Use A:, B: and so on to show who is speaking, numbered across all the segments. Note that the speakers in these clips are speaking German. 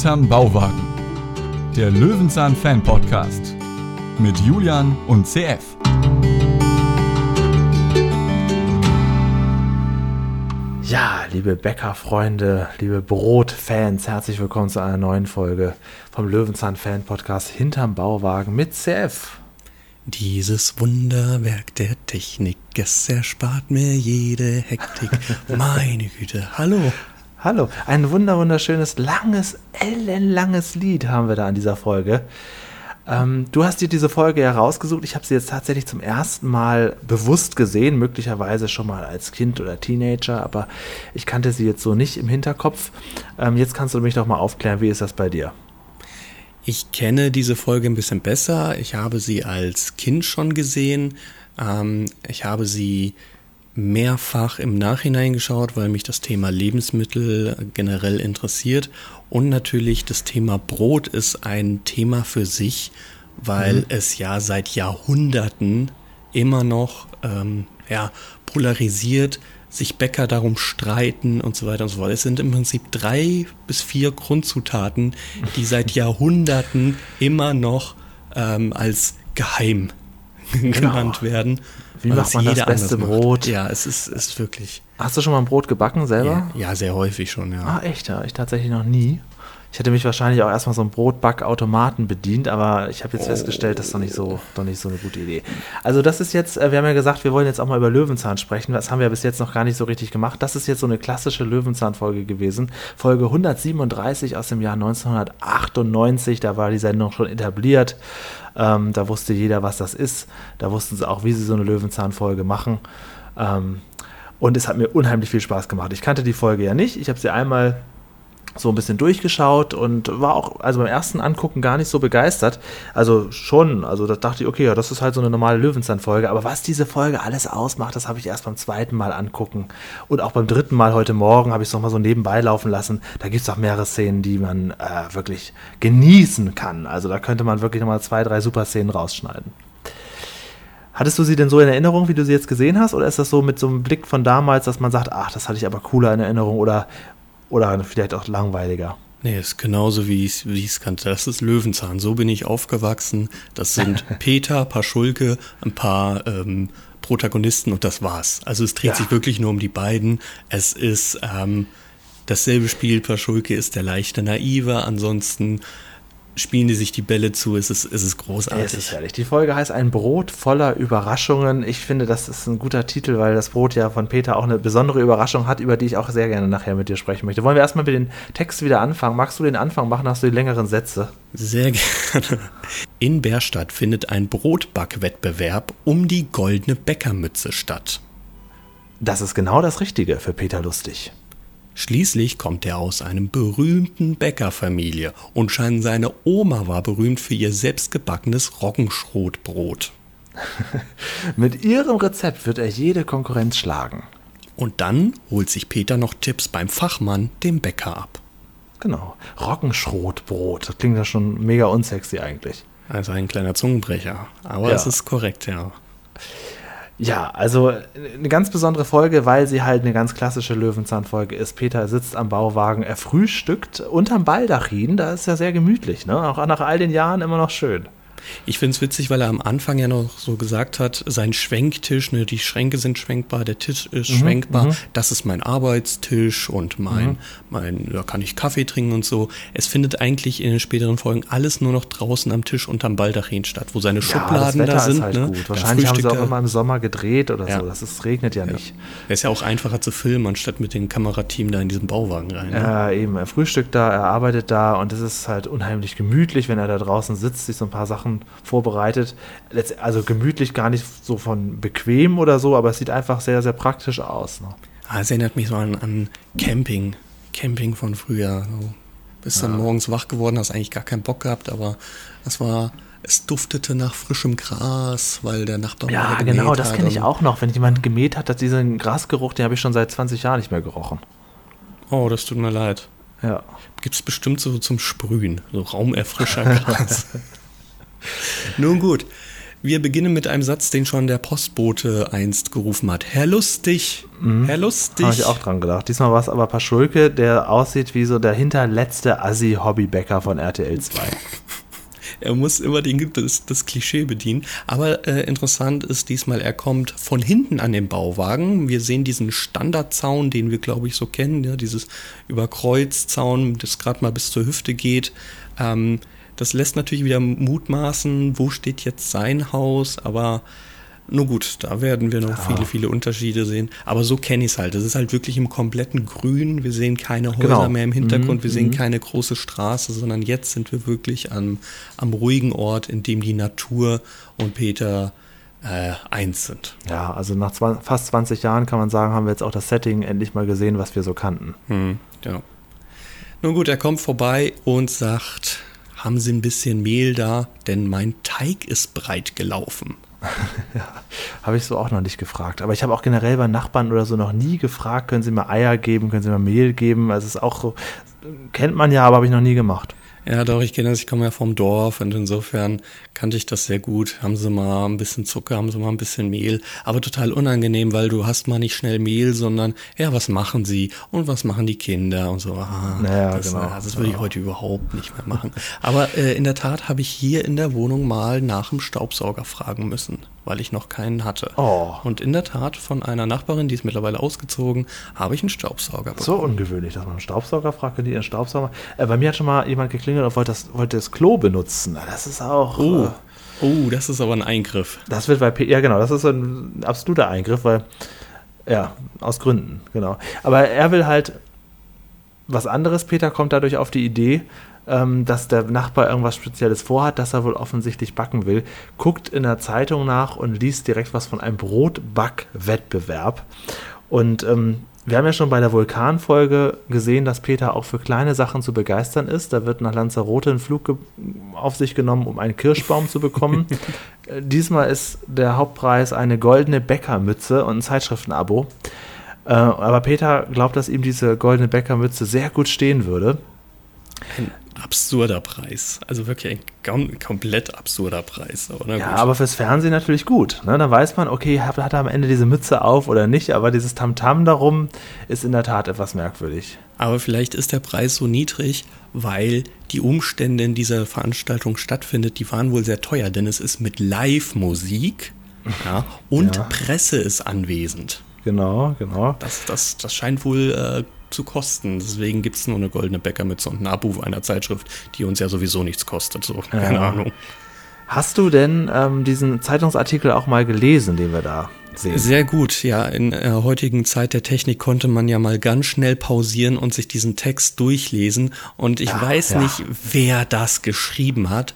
A: Hinterm Bauwagen, der Löwenzahn-Fan-Podcast mit Julian und CF.
B: Ja, liebe Bäckerfreunde, liebe Brotfans, herzlich willkommen zu einer neuen Folge vom Löwenzahn-Fan-Podcast Hinterm Bauwagen mit CF.
C: Dieses Wunderwerk der Technik, es erspart mir jede Hektik. Meine Güte, hallo.
B: Hallo, ein wunderschönes, ellenlanges Lied haben wir da an dieser Folge. Du hast dir diese Folge ja rausgesucht. Ich habe sie jetzt tatsächlich zum ersten Mal bewusst gesehen, möglicherweise schon mal als Kind oder Teenager, aber ich kannte sie jetzt so nicht im Hinterkopf. Jetzt kannst du mich doch mal aufklären, wie ist das bei dir?
C: Ich kenne diese Folge ein bisschen besser. Ich habe sie als Kind schon gesehen. Ich habe sie mehrfach im Nachhinein geschaut, weil mich das Thema Lebensmittel generell interessiert. Und natürlich das Thema Brot ist ein Thema für sich, weil es ja seit Jahrhunderten immer noch polarisiert, sich Bäcker darum streiten und so weiter und so fort. Es sind im Prinzip 3 bis 4 Grundzutaten, die seit Jahrhunderten immer noch als geheim genannt werden.
B: Wie macht man das beste Brot?
C: Ja, es ist wirklich.
B: Hast du schon mal ein Brot gebacken selber?
C: Ja, sehr häufig schon, ja.
B: Ah, echt? Ja, ich tatsächlich noch nie. Ich hätte mich wahrscheinlich auch erstmal so einen Brotbackautomaten bedient, aber ich habe jetzt festgestellt, das ist doch nicht so eine gute Idee. Also das ist jetzt, wir haben ja gesagt, wir wollen jetzt auch mal über Löwenzahn sprechen. Das haben wir bis jetzt noch gar nicht so richtig gemacht. Das ist jetzt so eine klassische Löwenzahn-Folge gewesen. Folge 137 aus dem Jahr 1998, da war die Sendung schon etabliert. Da wusste jeder, was das ist. Da wussten sie auch, wie sie so eine Löwenzahn-Folge machen. Und es hat mir unheimlich viel Spaß gemacht. Ich kannte die Folge ja nicht. Ich habe sie einmal so ein bisschen durchgeschaut und war auch beim ersten Angucken gar nicht so begeistert. Also schon, da dachte ich, okay, ja, das ist halt so eine normale Löwenzahn-Folge. Aber was diese Folge alles ausmacht, das habe ich erst beim zweiten Mal angucken. Und auch beim dritten Mal heute Morgen habe ich es nochmal so nebenbei laufen lassen. Da gibt es auch mehrere Szenen, die man wirklich genießen kann. Also da könnte man wirklich nochmal 2, 3 super Szenen rausschneiden. Hattest du sie denn so in Erinnerung, wie du sie jetzt gesehen hast? Oder ist das so mit so einem Blick von damals, dass man sagt, ach, das hatte ich aber cooler in Erinnerung oder vielleicht auch langweiliger?
C: Nee, ist genauso wie ich es kannte. Das ist Löwenzahn. So bin ich aufgewachsen. Das sind Peter, ein paar Schulke, ein paar Protagonisten und das war's. Also es dreht sich wirklich nur um die beiden. Es ist dasselbe Spiel. Paschulke ist der leichte Naive. Ansonsten spielen die sich die Bälle zu. Es ist großartig.
B: Es ist herrlich. Die Folge heißt Ein Brot voller Überraschungen. Ich finde, das ist ein guter Titel, weil das Brot ja von Peter auch eine besondere Überraschung hat, über die ich auch sehr gerne nachher mit dir sprechen möchte. Wollen wir erstmal mit den Text wieder anfangen? Magst du den Anfang machen? Hast du die längeren Sätze?
C: Sehr gerne. In Bärstadt findet ein Brotbackwettbewerb um die goldene Bäckermütze statt.
B: Das ist genau das Richtige für Peter Lustig.
C: Schließlich kommt er aus einer berühmten Bäckerfamilie und schon seine Oma war berühmt für ihr selbstgebackenes Roggenschrotbrot.
B: Mit ihrem Rezept wird er jede Konkurrenz schlagen.
C: Und dann holt sich Peter noch Tipps beim Fachmann, dem Bäcker, ab.
B: Genau, Roggenschrotbrot, das klingt ja schon mega unsexy eigentlich.
C: Also ein kleiner Zungenbrecher, aber es ist korrekt, ja.
B: Ja, also eine ganz besondere Folge, weil sie halt eine ganz klassische Löwenzahn-Folge ist. Peter sitzt am Bauwagen, er frühstückt unterm Baldachin, da ist ja sehr gemütlich, ne? Auch nach all den Jahren immer noch schön.
C: Ich finde es witzig, weil er am Anfang ja noch so gesagt hat, sein Schwenktisch, ne, die Schränke sind schwenkbar, der Tisch ist schwenkbar, das ist mein Arbeitstisch und da kann ich Kaffee trinken und so. Es findet eigentlich in den späteren Folgen alles nur noch draußen am Tisch unterm Baldachin statt, wo seine Schubladen da sind.
B: Ist halt gut. Wahrscheinlich haben sie auch immer im Sommer gedreht oder so, es regnet ja nicht.
C: Es ist ja auch einfacher zu filmen, anstatt mit dem Kamerateam da in diesen Bauwagen rein. Ne?
B: Ja, eben, er frühstückt da, er arbeitet da und es ist halt unheimlich gemütlich, wenn er da draußen sitzt, sich so ein paar Sachen vorbereitet. Also gemütlich, gar nicht so von bequem oder so, aber es sieht einfach sehr, sehr praktisch aus. Ne?
C: Es erinnert mich so an Camping von früher. So. Bist dann morgens wach geworden, hast eigentlich gar keinen Bock gehabt, aber es duftete nach frischem Gras, weil der Nachbar mal gemäht hat. Ja, genau,
B: das kenne ich auch noch. Wenn jemand gemäht hat, diesen Grasgeruch, den habe ich schon seit 20 Jahren nicht mehr gerochen.
C: Oh, das tut mir leid.
B: Ja.
C: Gibt es bestimmt so zum Sprühen, so Raumerfrischer Gras. Nun gut, Wir beginnen mit einem Satz, den schon der Postbote einst gerufen hat. Herr Lustig, Herr Lustig.
B: Habe ich auch dran gedacht. Diesmal war es aber Paschulke, der aussieht wie so der hinterletzte Assi-Hobbybäcker von RTL 2.
C: Er muss immer das Klischee bedienen. Aber interessant ist diesmal, er kommt von hinten an den Bauwagen. Wir sehen diesen Standardzaun, den wir, glaube ich, so kennen. Ja, dieses Überkreuzzaun, das gerade mal bis zur Hüfte geht. Das lässt natürlich wieder mutmaßen, wo steht jetzt sein Haus. Aber nur gut, da werden wir noch viele Unterschiede sehen. Aber so kenne ich es halt. Das ist halt wirklich im kompletten Grün. Wir sehen keine Häuser mehr im Hintergrund. Wir sehen keine große Straße, sondern jetzt sind wir wirklich am ruhigen Ort, in dem die Natur und Peter eins sind.
B: Ja, also nach fast 20 Jahren kann man sagen, haben wir jetzt auch das Setting endlich mal gesehen, was wir so kannten.
C: Ja. Nun gut, er kommt vorbei und sagt, haben Sie ein bisschen Mehl da? Denn mein Teig ist breit gelaufen.
B: Ja, habe ich so auch noch nicht gefragt. Aber ich habe auch generell bei Nachbarn oder so noch nie gefragt, können Sie mal Eier geben, können Sie mal Mehl geben? Also es ist auch so, kennt man ja, aber habe ich noch nie gemacht.
C: Ja, doch, ich kenne das, ich komme ja vom Dorf und insofern kannte ich das sehr gut. Haben Sie mal ein bisschen Zucker, haben Sie mal ein bisschen Mehl, aber total unangenehm, weil du hast mal nicht schnell Mehl, sondern, ja, was machen Sie und was machen die Kinder und so. Das würde ich heute überhaupt nicht mehr machen. Aber in der Tat habe ich hier in der Wohnung mal nach dem Staubsauger fragen müssen, weil ich noch keinen hatte.
B: Oh.
C: Und in der Tat von einer Nachbarin, die ist mittlerweile ausgezogen, habe ich einen Staubsauger bekommen.
B: So ungewöhnlich, dass man einen Staubsauger fragt, können die ihren Staubsauger. Bei mir hat schon mal jemand geklingelt und wollte das Klo benutzen. Das ist auch...
C: das ist aber ein Eingriff.
B: Das wird das ist ein absoluter Eingriff, weil, ja, aus Gründen, genau. Aber er will halt was anderes. Peter kommt dadurch auf die Idee, dass der Nachbar irgendwas Spezielles vorhat, dass er wohl offensichtlich backen will, guckt in der Zeitung nach und liest direkt was von einem Brotback-Wettbewerb. Und wir haben ja schon bei der Vulkan-Folge gesehen, dass Peter auch für kleine Sachen zu begeistern ist. Da wird nach Lanzarote ein Flug auf sich genommen, um einen Kirschbaum zu bekommen. Diesmal ist der Hauptpreis eine goldene Bäckermütze und ein Zeitschriftenabo. Aber Peter glaubt, dass ihm diese goldene Bäckermütze sehr gut stehen würde.
C: Ein absurder Preis. Also wirklich ein komplett absurder Preis. Aber
B: ja, aber fürs Fernsehen natürlich gut. Ne? Da weiß man, okay, hat er am Ende diese Mütze auf oder nicht, aber dieses Tamtam darum ist in der Tat etwas merkwürdig.
C: Aber vielleicht ist der Preis so niedrig, weil die Umstände in dieser Veranstaltung stattfindet, die waren wohl sehr teuer, denn es ist mit Live-Musik und Presse ist anwesend.
B: Genau.
C: Das scheint wohl zu kosten. Deswegen gibt es nur eine goldene Bäckermütze und ein Abo einer Zeitschrift, die uns ja sowieso nichts kostet. So, keine Ahnung.
B: Hast du denn diesen Zeitungsartikel auch mal gelesen, den wir da sehen?
C: Sehr gut, ja. In der heutigen Zeit der Technik konnte man ja mal ganz schnell pausieren und sich diesen Text durchlesen. Und ich weiß nicht, wer das geschrieben hat,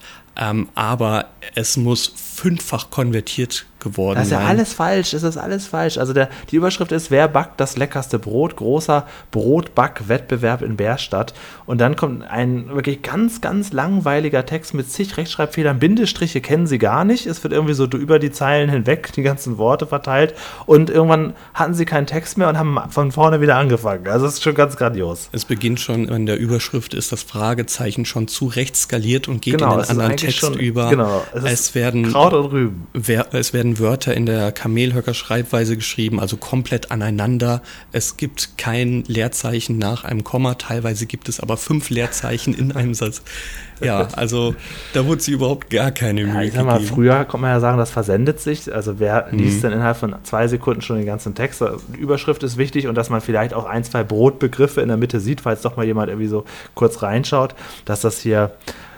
C: aber es muss 5-fach konvertiert geworden sein.
B: Das ist ja alles falsch, es ist alles falsch. Also die Überschrift ist, wer backt das leckerste Brot? Großer Brotback-Wettbewerb in Bärstadt. Und dann kommt ein wirklich ganz, ganz langweiliger Text mit zig Rechtschreibfehlern. Bindestriche kennen sie gar nicht. Es wird irgendwie so über die Zeilen hinweg die ganzen Worte verteilt. Und irgendwann hatten sie keinen Text mehr und haben von vorne wieder angefangen. Also es ist schon ganz grandios.
C: Es beginnt schon, in der Überschrift ist das Fragezeichen schon zu recht skaliert und geht in den anderen Text über.
B: Genau,
C: es werden
B: Kraut und Rüben.
C: Es werden Wörter in der Kamelhöcker-Schreibweise geschrieben, also komplett aneinander. Es gibt kein Leerzeichen nach einem Komma, teilweise gibt es aber 5 Leerzeichen in einem Satz. Ja, also da wurde sie überhaupt gar keine Mühe
B: ich sag mal, früher konnte man ja sagen, das versendet sich. Also wer liest denn innerhalb von 2 Sekunden schon den ganzen Text? Die Überschrift ist wichtig und dass man vielleicht auch 1, 2 Brotbegriffe in der Mitte sieht, falls doch mal jemand irgendwie so kurz reinschaut, dass das hier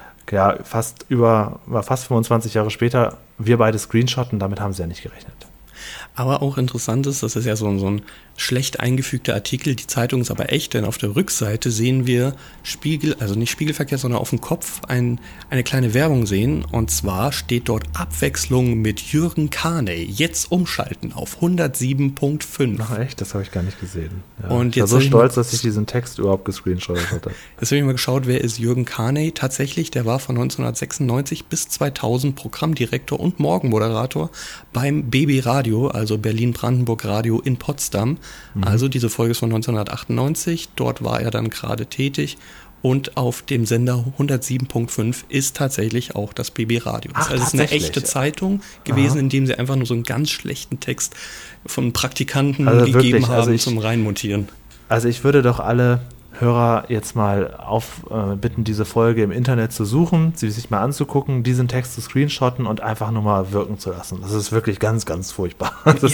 B: fast 25 Jahre später wir beide screenshotten, damit haben sie ja nicht gerechnet.
C: Aber auch interessant ist, das ist ja so ein schlecht eingefügter Artikel, die Zeitung ist aber echt, denn auf der Rückseite sehen wir nicht Spiegelverkehr, sondern auf dem Kopf eine kleine Werbung sehen, und zwar steht dort Abwechslung mit Jürgen Carney, jetzt umschalten auf 107.5.
B: Ach echt? Das habe ich gar nicht gesehen. Ja,
C: und
B: ich war so stolz, dass ich diesen Text überhaupt gescreenshottet hatte.
C: Jetzt habe ich mal geschaut, wer ist Jürgen Carney? Tatsächlich, der war von 1996 bis 2000 Programmdirektor und Morgenmoderator beim BB Radio, also Berlin-Brandenburg Radio in Potsdam. Also diese Folge ist von 1998, dort war er dann gerade tätig und auf dem Sender 107.5 ist tatsächlich auch das BB Radio. Das ist eine echte Zeitung gewesen, in dem sie einfach nur so einen ganz schlechten Text von Praktikanten gegeben haben zum Reinmontieren.
B: Also ich würde doch alle Hörer jetzt mal bitten, diese Folge im Internet zu suchen, sie sich mal anzugucken, diesen Text zu screenshotten und einfach nur mal wirken zu lassen. Das ist wirklich ganz, ganz furchtbar.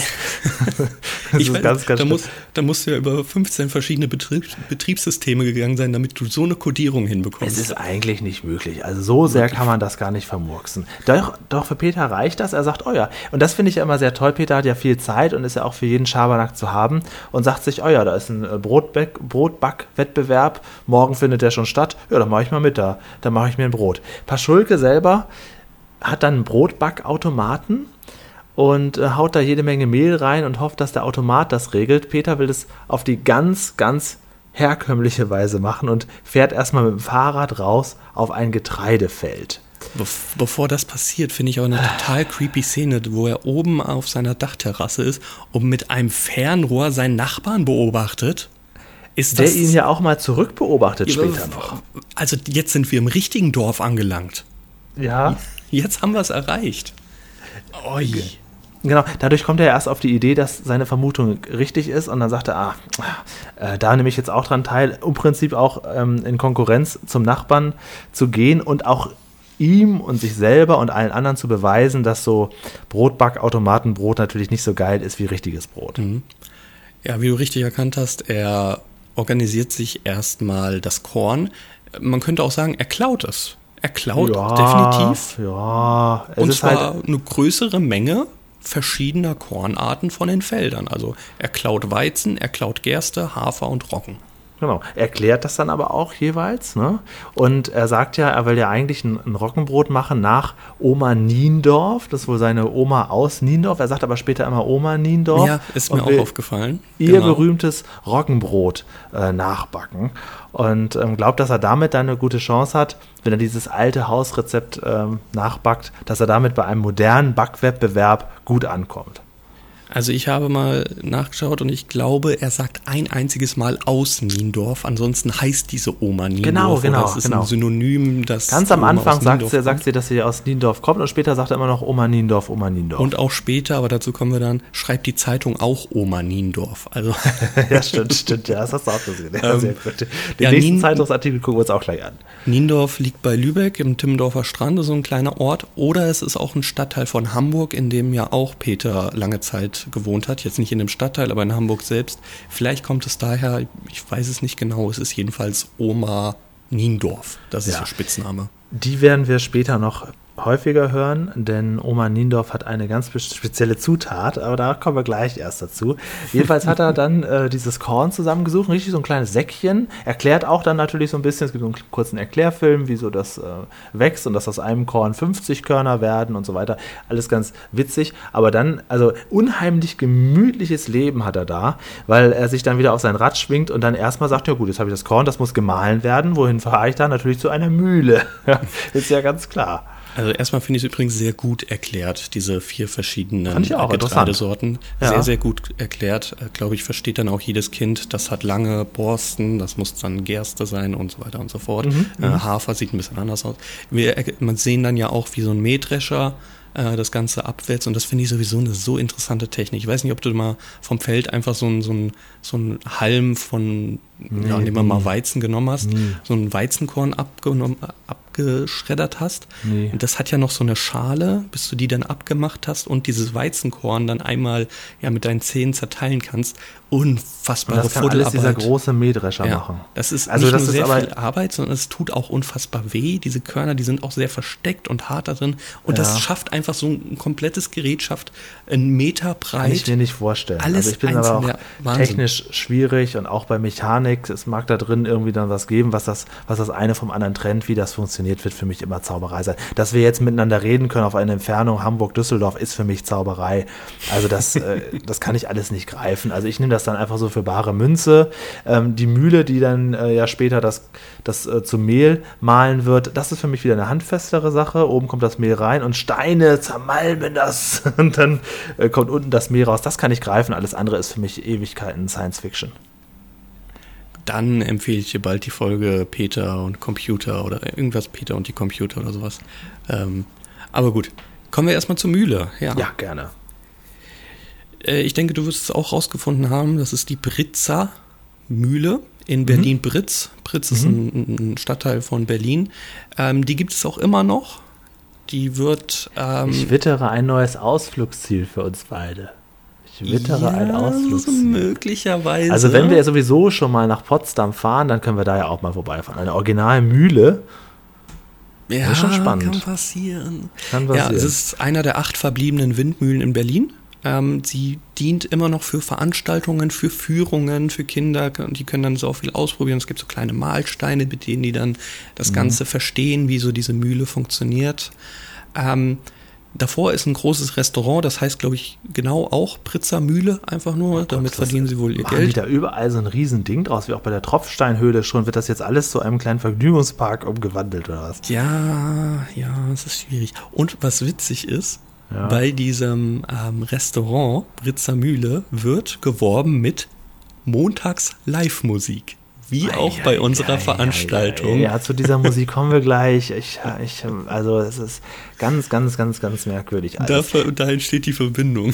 C: Da musst du ja über 15 verschiedene Betriebssysteme gegangen sein, damit du so eine Codierung hinbekommst.
B: Es ist eigentlich nicht möglich. Also so sehr kann man das gar nicht vermurksen. Doch für Peter reicht das. Er sagt, oh ja. Und das finde ich ja immer sehr toll. Peter hat ja viel Zeit und ist ja auch für jeden Schabernack zu haben und sagt sich, oh ja, da ist ein Brotbackwettbewerb. Morgen findet der schon statt. Ja, dann mache ich mal mit da. Dann mache ich mir ein Brot. Paschulke selber hat dann einen Brotbackautomaten und haut da jede Menge Mehl rein und hofft, dass der Automat das regelt. Peter will das auf die ganz, ganz herkömmliche Weise machen und fährt erstmal mit dem Fahrrad raus auf ein Getreidefeld.
C: Bevor das passiert, finde ich auch eine total creepy Szene, wo er oben auf seiner Dachterrasse ist und mit einem Fernrohr seinen Nachbarn beobachtet.
B: Der ihn ja auch mal zurückbeobachtet später noch.
C: Also jetzt sind wir im richtigen Dorf angelangt.
B: Ja.
C: Jetzt haben wir es erreicht.
B: Oi. Genau, dadurch kommt er erst auf die Idee, dass seine Vermutung richtig ist und dann sagt er, da nehme ich jetzt auch dran teil, im Prinzip auch in Konkurrenz zum Nachbarn zu gehen und auch ihm und sich selber und allen anderen zu beweisen, dass so Brotbackautomatenbrot natürlich nicht so geil ist wie richtiges Brot.
C: Mhm. Ja, wie du richtig erkannt hast, er organisiert sich erstmal das Korn. Man könnte auch sagen, er klaut es. Er klaut definitiv.
B: Ja,
C: und zwar eine größere Menge verschiedener Kornarten von den Feldern. Also er klaut Weizen, er klaut Gerste, Hafer und Roggen.
B: Genau, er erklärt das dann aber auch jeweils, ne? Und er sagt ja, er will ja eigentlich ein Roggenbrot machen nach Oma Niendorf, das ist wohl seine Oma aus Niendorf, er sagt aber später immer Oma Niendorf.
C: Ja, ist mir auch aufgefallen.
B: Ihr berühmtes Roggenbrot nachbacken und glaubt, dass er damit dann eine gute Chance hat, wenn er dieses alte Hausrezept nachbackt, dass er damit bei einem modernen Backwettbewerb gut ankommt.
C: Also ich habe mal nachgeschaut und ich glaube, er sagt ein einziges Mal aus Niendorf. Ansonsten heißt diese Oma Niendorf.
B: Genau.
C: Das ist ein Synonym, das
B: ganz am Anfang sagt sie, dass sie aus Niendorf kommt und später sagt er immer noch Oma Niendorf, Oma Niendorf.
C: Und auch später, aber dazu kommen wir dann, schreibt die Zeitung auch Oma Niendorf. Also
B: ja, stimmt, ja, das hast du auch gesehen. Ja, sehr gut. Den nächsten Zeitungsartikel gucken wir uns auch gleich an.
C: Niendorf liegt bei Lübeck im Timmendorfer Strand, so ein kleiner Ort. Oder es ist auch ein Stadtteil von Hamburg, in dem ja auch Peter lange Zeit gewohnt hat, jetzt nicht in dem Stadtteil, aber in Hamburg selbst. Vielleicht kommt es daher, ich weiß es nicht genau, es ist jedenfalls Oma Niendorf, das ist ihr Spitzname.
B: Die werden wir später noch häufiger hören, denn Oma Niendorf hat eine ganz spezielle Zutat, aber da kommen wir gleich erst dazu. Jedenfalls hat er dann dieses Korn zusammengesucht, richtig so ein kleines Säckchen, erklärt auch dann natürlich so ein bisschen, es gibt so einen kurzen Erklärfilm, wie so das wächst und dass aus einem Korn 50 Körner werden und so weiter, alles ganz witzig, aber dann, also unheimlich gemütliches Leben hat er da, weil er sich dann wieder auf sein Rad schwingt und dann erstmal sagt, ja gut, jetzt habe ich das Korn, das muss gemahlen werden, wohin fahre ich dann? Natürlich zu einer Mühle, ist ja ganz klar.
C: Also erstmal finde ich es übrigens sehr gut erklärt, diese 4 verschiedenen Getreidesorten. Ja. Sehr, sehr gut erklärt. Glaube ich, versteht dann auch jedes Kind, das hat lange Borsten, das muss dann Gerste sein und so weiter und so fort. Hafer sieht ein bisschen anders aus. Man sehen dann ja auch, wie so ein Mähdrescher das Ganze abwärts und das finde ich sowieso eine so interessante Technik. Ich weiß nicht, ob du mal vom Feld einfach so einen Halm von, nehmen wir mal Weizen genommen hast, so ein Weizenkorn abgeschreddert hast. Nee. Und das hat ja noch so eine Schale, bis du die dann abgemacht hast und dieses Weizenkorn dann einmal mit deinen Zähnen zerteilen kannst. Unfassbare Fuddelarbeit.
B: Das kann alles dieser große Mähdrescher machen.
C: Das ist also nicht nur sehr viel Arbeit, sondern es tut auch unfassbar weh. Diese Körner, die sind auch sehr versteckt und hart da drin. Und das schafft einfach so ein komplettes Gerät, schafft einen Meter breit.
B: Kann ich mir nicht vorstellen.
C: Alles
B: ich bin aber auch technisch schwierig und auch bei Mechanik, es mag da drin irgendwie dann was geben, was das eine vom anderen trennt, wie das funktioniert, wird für mich immer Zauberei sein. Dass wir jetzt miteinander reden können auf eine Entfernung Hamburg-Düsseldorf ist für mich Zauberei. Also das kann ich alles nicht greifen. Also ich nehme das dann einfach so für bare Münze. Die Mühle, die dann später das zu Mehl mahlen wird, das ist für mich wieder eine handfestere Sache. Oben kommt das Mehl rein und Steine zermalmen das und dann kommt unten das Mehl raus. Das kann ich greifen. Alles andere ist für mich Ewigkeiten Science Fiction.
C: dann empfehle ich dir bald die Folge Peter und Computer oder irgendwas Peter und die Computer oder sowas. Aber gut, kommen wir erstmal zur Mühle.
B: Ja, gerne.
C: Ich denke, du wirst es auch rausgefunden haben, das ist die Britzer Mühle in Berlin-Britz. Britz ist ein Stadtteil von Berlin. Die gibt es auch immer noch. Die wird...
B: ich wittere ein neues Ausflugsziel für uns beide. Ein Ausflugsziel.
C: Möglicherweise.
B: Also wenn wir sowieso schon mal nach Potsdam fahren, dann können wir da ja auch mal vorbeifahren. Eine Originalmühle.
C: Ja,
B: ist schon spannend.
C: Kann passieren. Ja, es ist einer der 8 verbliebenen Windmühlen in Berlin. Sie dient immer noch für Veranstaltungen, für Führungen, für Kinder. Die können dann so auch viel ausprobieren. Es gibt so kleine Mahlsteine, mit denen die dann das Ganze verstehen, wie so diese Mühle funktioniert. Davor ist ein großes Restaurant, das heißt, glaube ich, genau auch Britzer Mühle, einfach nur. Damit verdienen sie wohl ihr Geld.
B: Die da überall so ein Riesending draus, wie auch bei der Tropfsteinhöhle schon. Wird das jetzt alles zu einem kleinen Vergnügungspark umgewandelt oder was?
C: Ja, es ist schwierig. Und was witzig ist, bei diesem Restaurant Britzer Mühle wird geworben mit Montags-Live-Musik. Wie auch bei unserer Veranstaltung.
B: Ja, zu dieser Musik kommen wir gleich. Also es ist ganz, ganz, ganz, ganz merkwürdig.
C: Da entsteht die Verbindung.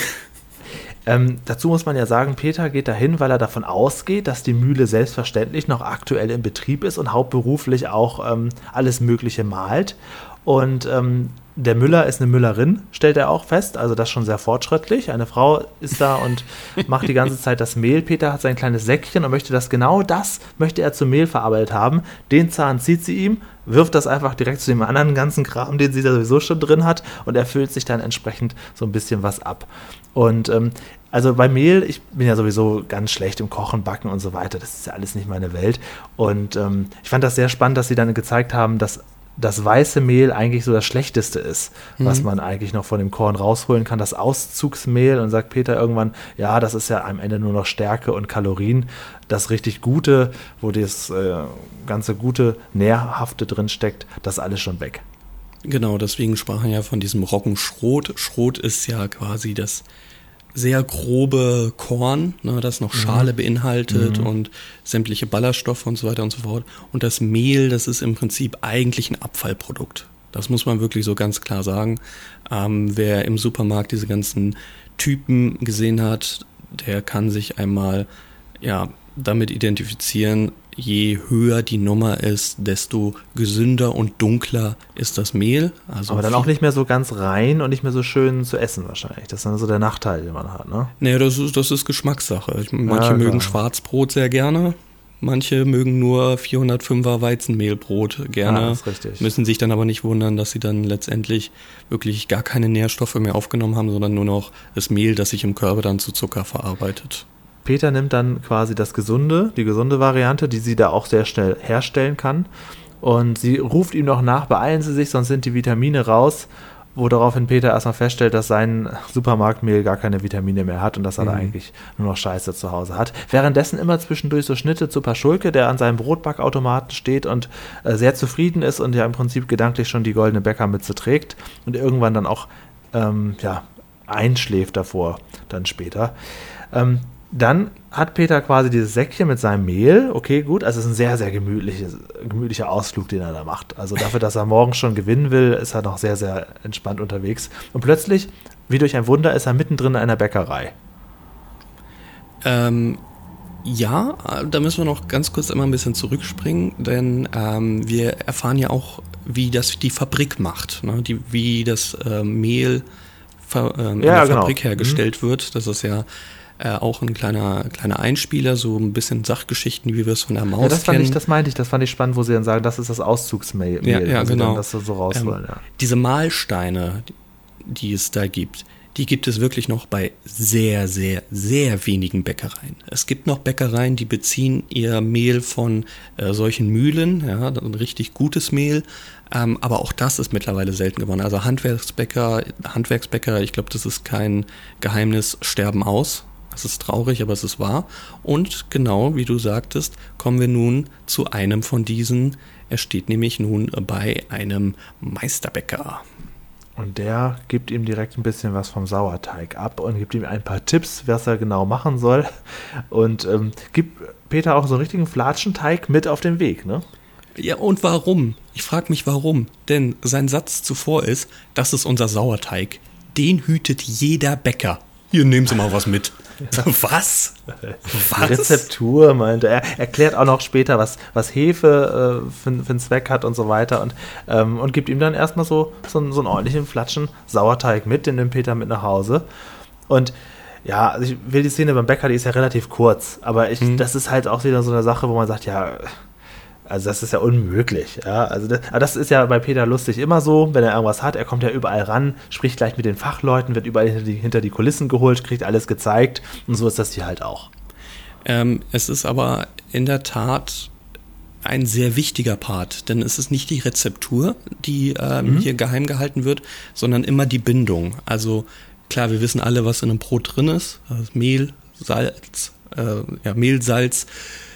B: Dazu muss man ja sagen, Peter geht dahin, weil er davon ausgeht, dass die Mühle selbstverständlich noch aktuell in Betrieb ist und hauptberuflich auch alles Mögliche malt. Und der Müller ist eine Müllerin, stellt er auch fest, also das schon sehr fortschrittlich. Eine Frau ist da und macht die ganze Zeit das Mehl. Peter hat sein kleines Säckchen und möchte er zu Mehl verarbeitet haben. Den Zahn zieht sie ihm, wirft das einfach direkt zu dem anderen ganzen Kram, den sie da sowieso schon drin hat, und er füllt sich dann entsprechend so ein bisschen was ab. Und also bei Mehl, ich bin ja sowieso ganz schlecht im Kochen, Backen und so weiter, das ist ja alles nicht meine Welt. Und ich fand das sehr spannend, dass sie dann gezeigt haben, dass das weiße Mehl eigentlich so das Schlechteste ist, was man eigentlich noch von dem Korn rausholen kann, das Auszugsmehl. Und sagt Peter irgendwann, ja, das ist ja am Ende nur noch Stärke und Kalorien. Das richtig Gute, wo das ganze gute Nährhafte drin steckt, das ist alles schon weg.
C: Genau, deswegen sprachen wir ja von diesem Roggenschrot. Schrot ist ja quasi das sehr grobe Korn, das noch Schale beinhaltet und sämtliche Ballaststoffe und so weiter und so fort. Und das Mehl, das ist im Prinzip eigentlich ein Abfallprodukt. Das muss man wirklich so ganz klar sagen. Wer im Supermarkt diese ganzen Typen gesehen hat, der kann sich einmal damit identifizieren, je höher die Nummer ist, desto gesünder und dunkler ist das Mehl. Also
B: aber dann auch nicht mehr so ganz rein und nicht mehr so schön zu essen wahrscheinlich. Das ist dann so der Nachteil, den man hat, ne?
C: Naja, das ist Geschmackssache. Manche mögen Schwarzbrot sehr gerne, manche mögen nur 405er Weizenmehlbrot gerne.
B: Ja, das ist richtig.
C: Müssen sich dann aber nicht wundern, dass sie dann letztendlich wirklich gar keine Nährstoffe mehr aufgenommen haben, sondern nur noch das Mehl, das sich im Körper dann zu Zucker verarbeitet.
B: Peter nimmt dann quasi die gesunde Variante, die sie da auch sehr schnell herstellen kann. Und sie ruft ihm noch nach, beeilen Sie sich, sonst sind die Vitamine raus. Wo daraufhin Peter erstmal feststellt, dass sein Supermarktmehl gar keine Vitamine mehr hat und dass er da eigentlich nur noch Scheiße zu Hause hat. Währenddessen immer zwischendurch so Schnitte zu Paschulke, der an seinem Brotbackautomaten steht und sehr zufrieden ist und ja im Prinzip gedanklich schon die goldene Bäckermütze trägt und irgendwann dann auch einschläft davor, dann später. Dann hat Peter quasi dieses Säckchen mit seinem Mehl. Okay, gut, also es ist ein sehr, sehr gemütlicher Ausflug, den er da macht. Also dafür, dass er morgens schon gewinnen will, ist er noch sehr, sehr entspannt unterwegs. Und plötzlich, wie durch ein Wunder, ist er mittendrin in einer Bäckerei.
C: Ja, da müssen wir noch ganz kurz immer ein bisschen zurückspringen, denn wir erfahren ja auch, wie das die Fabrik macht, ne? Wie das Mehl in der Fabrik hergestellt wird. Das ist ja auch ein kleiner Einspieler, so ein bisschen Sachgeschichten, wie wir es von der Maus kennen.
B: Das fand ich spannend, wo sie dann sagen, das ist das Auszugsmehl.
C: Ja, genau.
B: Das so rausholen,
C: Diese Mahlsteine, die es da gibt, die gibt es wirklich noch bei sehr, sehr, sehr wenigen Bäckereien. Es gibt noch Bäckereien, die beziehen ihr Mehl von solchen Mühlen, ein richtig gutes Mehl, aber auch das ist mittlerweile selten geworden. Also Handwerksbäcker, ich glaube, das ist kein Geheimnis, sterben aus. Das ist traurig, aber es ist wahr. Und genau, wie du sagtest, kommen wir nun zu einem von diesen. Er steht nämlich nun bei einem Meisterbäcker.
B: Und der gibt ihm direkt ein bisschen was vom Sauerteig ab und gibt ihm ein paar Tipps, was er genau machen soll. Und gibt Peter auch so einen richtigen Flatschenteig mit auf den Weg, ne?
C: Ja, und warum? Ich frage mich, warum. Denn sein Satz zuvor ist, das ist unser Sauerteig. Den hütet jeder Bäcker. Hier, nehmen Sie mal was mit. Was?
B: Die Rezeptur, meinte er. Erklärt auch noch später, was Hefe für einen Zweck hat und so weiter. Und gibt ihm dann erstmal so einen ordentlichen Flatschen Sauerteig mit, den nimmt Peter mit nach Hause. Und ja, also ich will die Szene beim Bäcker, die ist ja relativ kurz. Aber das ist halt auch wieder so eine Sache, wo man sagt, ja, also das ist ja unmöglich. Ja? Aber das ist ja bei Peter Lustig immer so, wenn er irgendwas hat, er kommt ja überall ran, spricht gleich mit den Fachleuten, wird überall hinter die Kulissen geholt, kriegt alles gezeigt und so ist das hier halt auch.
C: Es ist aber in der Tat ein sehr wichtiger Part, denn es ist nicht die Rezeptur, die hier geheim gehalten wird, sondern immer die Bindung. Also klar, wir wissen alle, was in einem Brot drin ist. Also Mehl, Salz,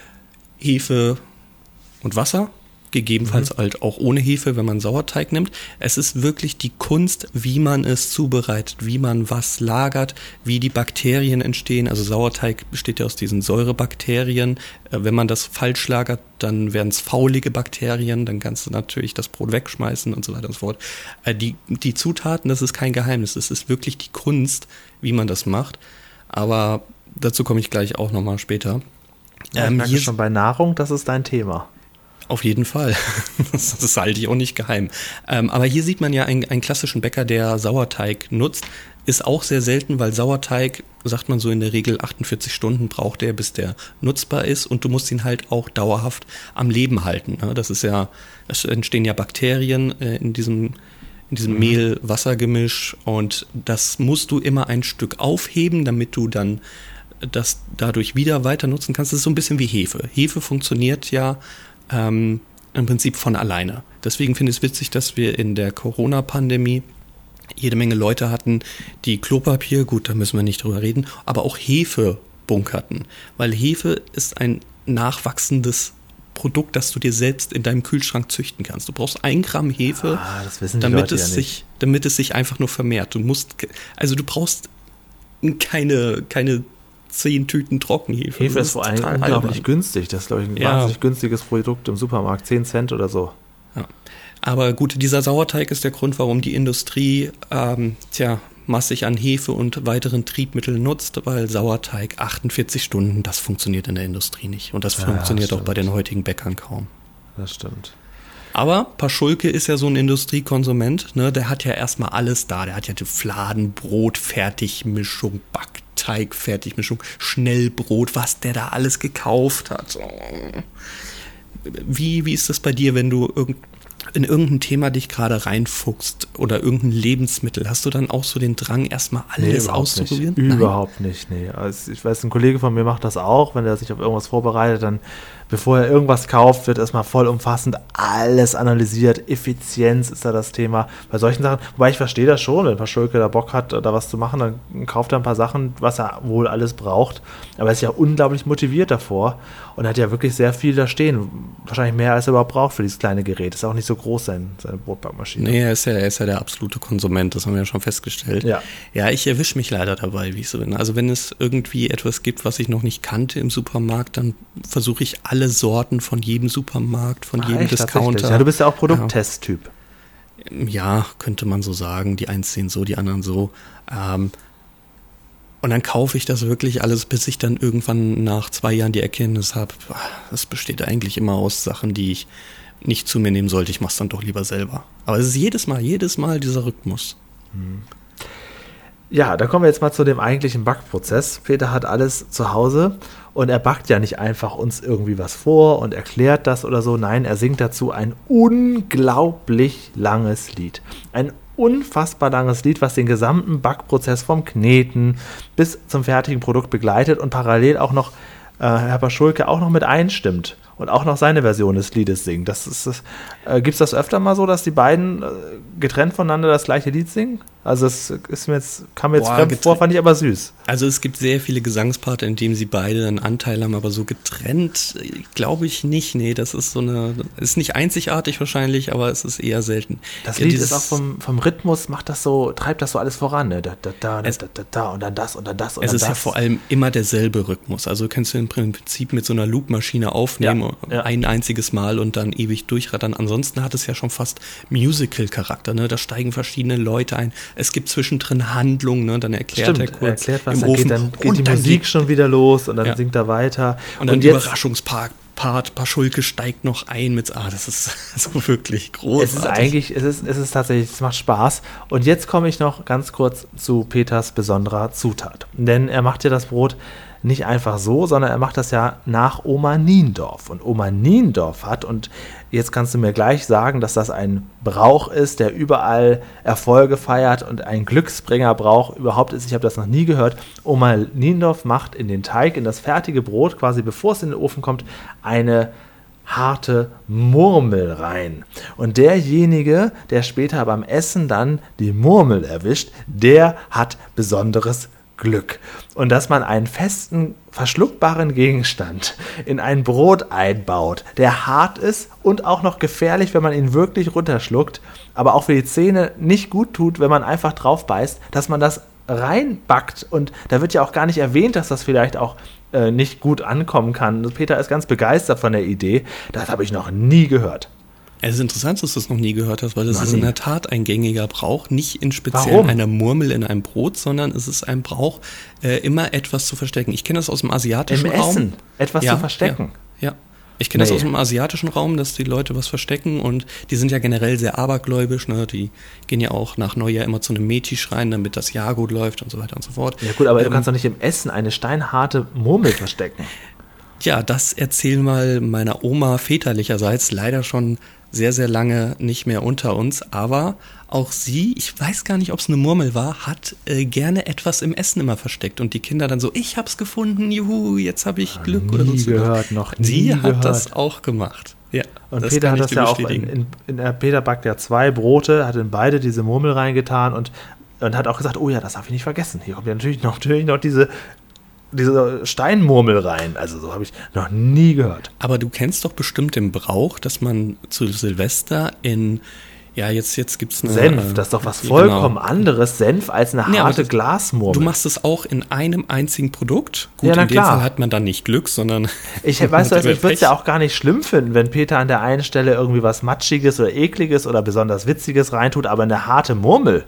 C: Hefe und Wasser, gegebenenfalls halt auch ohne Hefe, wenn man Sauerteig nimmt. Es ist wirklich die Kunst, wie man es zubereitet, wie man was lagert, wie die Bakterien entstehen. Also Sauerteig besteht ja aus diesen Säurebakterien. Wenn man das falsch lagert, dann werden es faulige Bakterien, dann kannst du natürlich das Brot wegschmeißen und so weiter und so fort. Die Zutaten, das ist kein Geheimnis, es ist wirklich die Kunst, wie man das macht. Aber dazu komme ich gleich auch nochmal später.
B: Ja, ich merke schon bei Nahrung, das ist dein Thema.
C: Auf jeden Fall. Das halte ich auch nicht geheim. Aber hier sieht man ja einen klassischen Bäcker, der Sauerteig nutzt. Ist auch sehr selten, weil Sauerteig, sagt man so in der Regel, 48 Stunden braucht er, bis der nutzbar ist. Und du musst ihn halt auch dauerhaft am Leben halten. Es entstehen ja Bakterien in diesem Mehl-Wasser-Gemisch. Und das musst du immer ein Stück aufheben, damit du dann das dadurch wieder weiter nutzen kannst. Das ist so ein bisschen wie Hefe. Hefe funktioniert ja im Prinzip von alleine. Deswegen finde ich es witzig, dass wir in der Corona-Pandemie jede Menge Leute hatten, die Klopapier, gut, da müssen wir nicht drüber reden, aber auch Hefe bunkerten. Weil Hefe ist ein nachwachsendes Produkt, das du dir selbst in deinem Kühlschrank züchten kannst. Du brauchst 1 Gramm Hefe, damit es sich einfach nur vermehrt. Du brauchst keine 10 Tüten Trockenhefe.
B: Hefe ist vor allem unglaublich günstig. Das ist, glaube ich, ein wahnsinnig günstiges Produkt im Supermarkt. 10 Cent oder so.
C: Ja. Aber gut, dieser Sauerteig ist der Grund, warum die Industrie massig an Hefe und weiteren Triebmitteln nutzt, weil Sauerteig 48 Stunden, das funktioniert in der Industrie nicht. Und das funktioniert auch bei den heutigen Bäckern kaum.
B: Das stimmt.
C: Aber Paschulke ist ja so ein Industriekonsument, ne? Der hat ja erstmal alles da. Der hat ja die Fladenbrot, Fertigmischung, Backteig, Fertigmischung, Schnellbrot, was der da alles gekauft hat. Wie ist das bei dir, wenn du in irgendein Thema dich gerade reinfuchst oder irgendein Lebensmittel? Hast du dann auch so den Drang, erstmal alles auszuprobieren?
B: Überhaupt nicht, nee. Also ich weiß, ein Kollege von mir macht das auch, wenn er sich auf irgendwas vorbereitet, dann bevor er irgendwas kauft, wird erstmal vollumfassend alles analysiert. Effizienz ist da das Thema. Bei solchen Sachen, wobei ich verstehe das schon, wenn Paschulke da Bock hat, da was zu machen, dann kauft er ein paar Sachen, was er wohl alles braucht. Aber er ist ja unglaublich motiviert davor und hat ja wirklich sehr viel da stehen. Wahrscheinlich mehr, als er überhaupt braucht für dieses kleine Gerät. Ist auch nicht so groß, seine Brotbackmaschine.
C: Nee, er ist ja der absolute Konsument, das haben wir ja schon festgestellt. Ja, ich erwische mich leider dabei, wie ich so bin. Also wenn es irgendwie etwas gibt, was ich noch nicht kannte im Supermarkt, dann versuche ich alle Sorten von jedem Supermarkt, von jedem Discounter.
B: Ja, du bist ja auch Produkttest-Typ.
C: Ja, könnte man so sagen. Die einen sehen so, die anderen so. Und dann kaufe ich das wirklich alles, bis ich dann irgendwann nach 2 Jahren die Erkenntnis habe, das besteht eigentlich immer aus Sachen, die ich nicht zu mir nehmen sollte. Ich mache es dann doch lieber selber. Aber es ist jedes Mal dieser Rhythmus.
B: Ja, da kommen wir jetzt mal zu dem eigentlichen Backprozess. Peter hat alles zu Hause und er backt ja nicht einfach uns irgendwie was vor und erklärt das oder so. Nein, er singt dazu ein unglaublich langes Lied. Ein unfassbar langes Lied, was den gesamten Backprozess vom Kneten bis zum fertigen Produkt begleitet und parallel auch noch Herr Paschulke auch noch mit einstimmt. und auch noch seine Version des Liedes singen. Gibt es das öfter mal so, dass die beiden getrennt voneinander das gleiche Lied singen? Also es kam mir jetzt fremd vor, fand ich aber süß.
C: Also es gibt sehr viele Gesangsparte, in denen sie beide einen Anteil haben, aber so getrennt glaube ich nicht. Nee, das ist ist nicht einzigartig wahrscheinlich, aber es ist eher selten.
B: Das Lied ist auch vom Rhythmus, treibt das so alles voran, ne? Da und dann das und dann das und dann das.
C: Es ist ja vor allem immer derselbe Rhythmus. Also kannst du im Prinzip mit so einer Loopmaschine aufnehmen, ein einziges Mal und dann ewig durchrattern. Ansonsten hat es ja schon fast Musical-Charakter, ne? Da steigen verschiedene Leute ein. Es gibt zwischendrin Handlungen, ne? Dann erklärt er kurz
B: was,
C: im
B: dann
C: Ofen.
B: Dann geht die Musik schon wieder los und dann singt er weiter.
C: Und dann Überraschungspart, Paschulke steigt noch ein mit, das ist so wirklich großartig.
B: Es ist tatsächlich, es macht Spaß. Und jetzt komme ich noch ganz kurz zu Peters besonderer Zutat. Denn er macht ja das Brot nicht einfach so, sondern er macht das ja nach Oma Niendorf. Und Oma Niendorf hat, und jetzt kannst du mir gleich sagen, dass das ein Brauch ist, der überall Erfolge feiert und ein Glücksbringerbrauch überhaupt ist. Ich habe das noch nie gehört. Oma Niendorf macht in den Teig, in das fertige Brot, quasi bevor es in den Ofen kommt, eine harte Murmel rein. Und derjenige, der später beim Essen dann die Murmel erwischt, der hat besonderes Glück. Und dass man einen festen, verschluckbaren Gegenstand in ein Brot einbaut, der hart ist und auch noch gefährlich, wenn man ihn wirklich runterschluckt, aber auch für die Zähne nicht gut tut, wenn man einfach drauf beißt, dass man das reinbackt. Und da wird ja auch gar nicht erwähnt, dass das vielleicht auch nicht gut ankommen kann. Peter ist ganz begeistert von der Idee. Das habe ich noch nie gehört.
C: Es ist interessant, dass du das noch nie gehört hast, weil das ist in der Tat ein gängiger Brauch, nicht in speziell einer Murmel in einem Brot, sondern es ist ein Brauch, immer etwas zu verstecken. Ich kenne das aus dem asiatischen Raum.
B: Im Essen etwas zu verstecken?
C: Ja. Ich kenne das aus dem asiatischen Raum, dass die Leute was verstecken und die sind ja generell sehr abergläubisch, ne? Die gehen ja auch nach Neujahr immer zu einem Methi-Schrein, damit das Jahr gut läuft und so weiter und so fort.
B: Ja gut, aber du kannst doch nicht im Essen eine steinharte Murmel verstecken.
C: Ja, das erzähl mal meiner Oma väterlicherseits, leider schon sehr, sehr lange nicht mehr unter uns, aber auch sie, ich weiß gar nicht, ob es eine Murmel war, hat gerne etwas im Essen immer versteckt und die Kinder dann so, ich hab's gefunden, juhu, jetzt habe ich Glück oder so. Sie hat das auch gemacht. Ja,
B: und Peter hat das ja auch, Peter backt ja 2 Brote, hat in beide diese Murmel reingetan und hat auch gesagt, oh ja, das darf ich nicht vergessen. Hier kommt ja natürlich noch diese Steinmurmel rein. Also so habe ich noch nie gehört.
C: Aber du kennst doch bestimmt den Brauch, dass man zu Silvester jetzt gibt's eine
B: Senf, das ist doch was vollkommen anderes, Senf, als eine harte Glasmurmel.
C: Du machst es auch in einem einzigen Produkt. Gut, in dem Fall hat man dann nicht Glück, sondern
B: ich würde es ja auch gar nicht schlimm finden, wenn Peter an der einen Stelle irgendwie was Matschiges oder Ekliges oder besonders Witziges reintut, aber eine harte Murmel.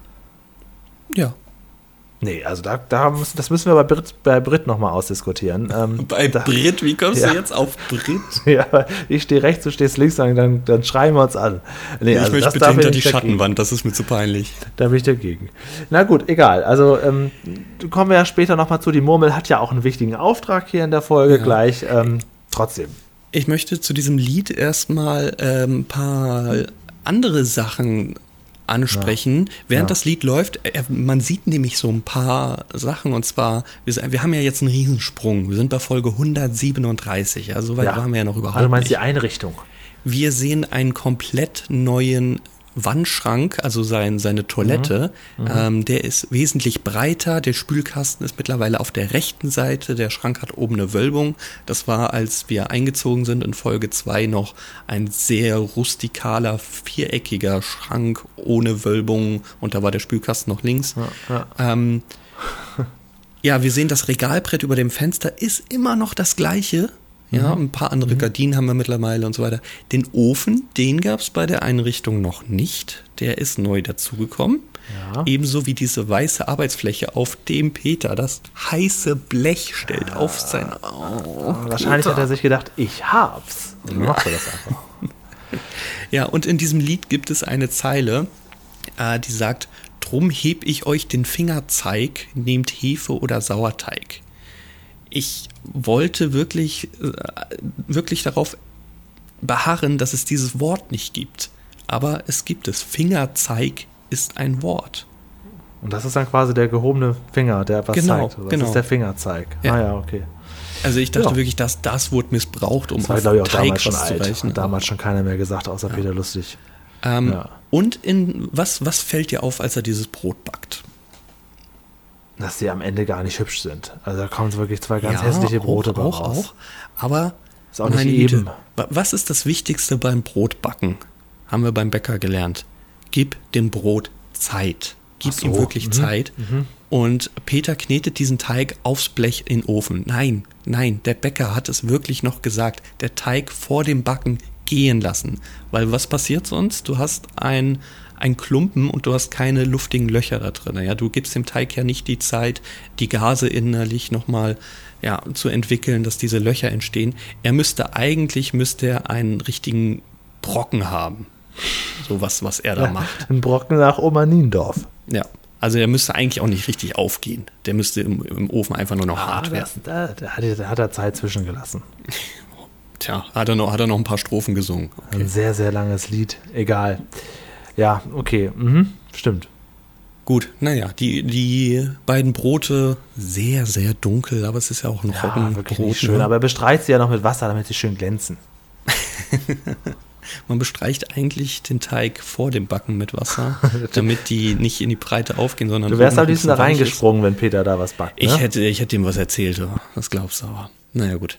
C: Ja.
B: Nee, also das müssen wir bei Brit nochmal ausdiskutieren.
C: Brit? Wie kommst du jetzt auf Brit?
B: Ja, ich stehe rechts, du stehst links, dann schreien wir uns an. Nee,
C: ich möchte bitte hinter die Schattenwand, das ist mir zu peinlich.
B: Da bin ich dagegen. Na gut, egal. Also kommen wir ja später nochmal zu. Die Murmel hat ja auch einen wichtigen Auftrag hier in der Folge gleich. Trotzdem.
C: Ich möchte zu diesem Lied erstmal ein paar andere Sachen ansprechen, während das Lied läuft. Man sieht nämlich so ein paar Sachen und zwar, wir haben ja jetzt einen Riesensprung. Wir sind bei Folge 137, also so weit waren wir ja noch überhaupt nicht.
B: Also du meinst die Einrichtung?
C: Wir sehen einen komplett neuen Wandschrank, also seine Toilette, der ist wesentlich breiter, der Spülkasten ist mittlerweile auf der rechten Seite, der Schrank hat oben eine Wölbung, das war, als wir eingezogen sind in Folge 2 noch ein sehr rustikaler, viereckiger Schrank ohne Wölbung und da war der Spülkasten noch links. Wir sehen, das Regalbrett über dem Fenster ist immer noch das gleiche. Ja, ein paar andere Gardinen haben wir mittlerweile und so weiter. Den Ofen, den gab es bei der Einrichtung noch nicht. Der ist neu dazugekommen. Ja. Ebenso wie diese weiße Arbeitsfläche, auf dem Peter das heiße Blech stellt auf sein...
B: Wahrscheinlich hat er sich gedacht, ich hab's. Dann macht er das einfach.
C: Ja, und in diesem Lied gibt es eine Zeile, die sagt, drum heb ich euch den Fingerzeig, nehmt Hefe oder Sauerteig. Ich wollte wirklich darauf beharren, dass es dieses Wort nicht gibt. Aber es gibt es. Fingerzeig ist ein Wort.
B: Und das ist dann quasi der gehobene Finger, der etwas zeigt. Das ist der Fingerzeig.
C: Ja.
B: Okay.
C: Also ich dachte wirklich, dass das wurde missbraucht, um
B: das war, glaube ich, auch
C: Teig
B: damals schon
C: was zu
B: alt.
C: reichen.
B: Hat damals schon keiner mehr gesagt, außer Peter Lustig.
C: Und was fällt dir auf, als er dieses Brot backt?
B: Dass die am Ende gar nicht hübsch sind. Also da kommen wirklich zwei ganz hässliche Brote raus.
C: Aber
B: ist auch nicht eben.
C: Was ist das Wichtigste beim Brotbacken? Haben wir beim Bäcker gelernt. Gib dem Brot Zeit. Gib ihm wirklich Zeit. Und Peter knetet diesen Teig aufs Blech in den Ofen. Nein, der Bäcker hat es wirklich noch gesagt. Der Teig vor dem Backen gehen lassen. Weil was passiert sonst? Du hast ein Klumpen und du hast keine luftigen Löcher da drin. Ja, du gibst dem Teig ja nicht die Zeit, die Gase innerlich nochmal zu entwickeln, dass diese Löcher entstehen. Er müsste einen richtigen Brocken haben. So was er da macht.
B: Ein Brocken nach Oma Niendorf.
C: Ja, also der müsste eigentlich auch nicht richtig aufgehen. Der müsste im Ofen einfach nur noch hart werden.
B: Da hat er Zeit zwischengelassen.
C: Tja, hat er noch ein paar Strophen gesungen.
B: Okay. Ein sehr, sehr langes Lied. Egal. Ja, okay. Stimmt.
C: Gut, naja, die beiden Brote sehr, sehr dunkel, aber es ist ja auch ein Roggenbrot.
B: Wirklich nicht schön, aber er bestreicht sie ja noch mit Wasser, damit sie schön glänzen.
C: Man bestreicht eigentlich den Teig vor dem Backen mit Wasser, damit die nicht in die Breite aufgehen, sondern...
B: Du wärst am liebsten da reingesprungen, wenn Peter da was backt, ne?
C: Ich hätte ihm was erzählt, das glaubst du aber. Naja, gut.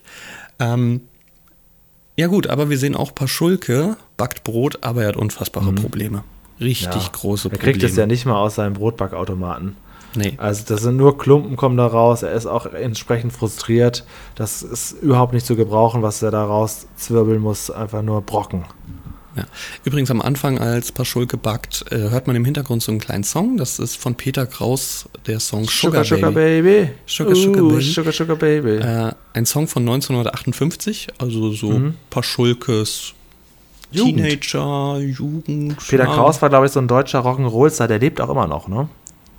C: Ja gut, aber wir sehen auch Paschulke backt Brot, aber er hat unfassbare Probleme. Richtig große Probleme.
B: Er kriegt es ja nicht mal aus seinem Brotbackautomaten.
C: Nee.
B: Also das sind nur Klumpen, kommen da raus. Er ist auch entsprechend frustriert. Das ist überhaupt nicht zu gebrauchen, was er da rauszwirbeln muss. Einfach nur Brocken.
C: Ja. Übrigens am Anfang, als Paschulke backt, hört man im Hintergrund so einen kleinen Song. Das ist von Peter Kraus, der Song Sugar Baby. Sugar Baby. Ein Song von 1958, also so Paschulkes Teenager, Jugend.
B: Peter Kraus war, glaube ich, so ein deutscher Rock'n'Roll-Star. Der lebt auch immer noch, ne?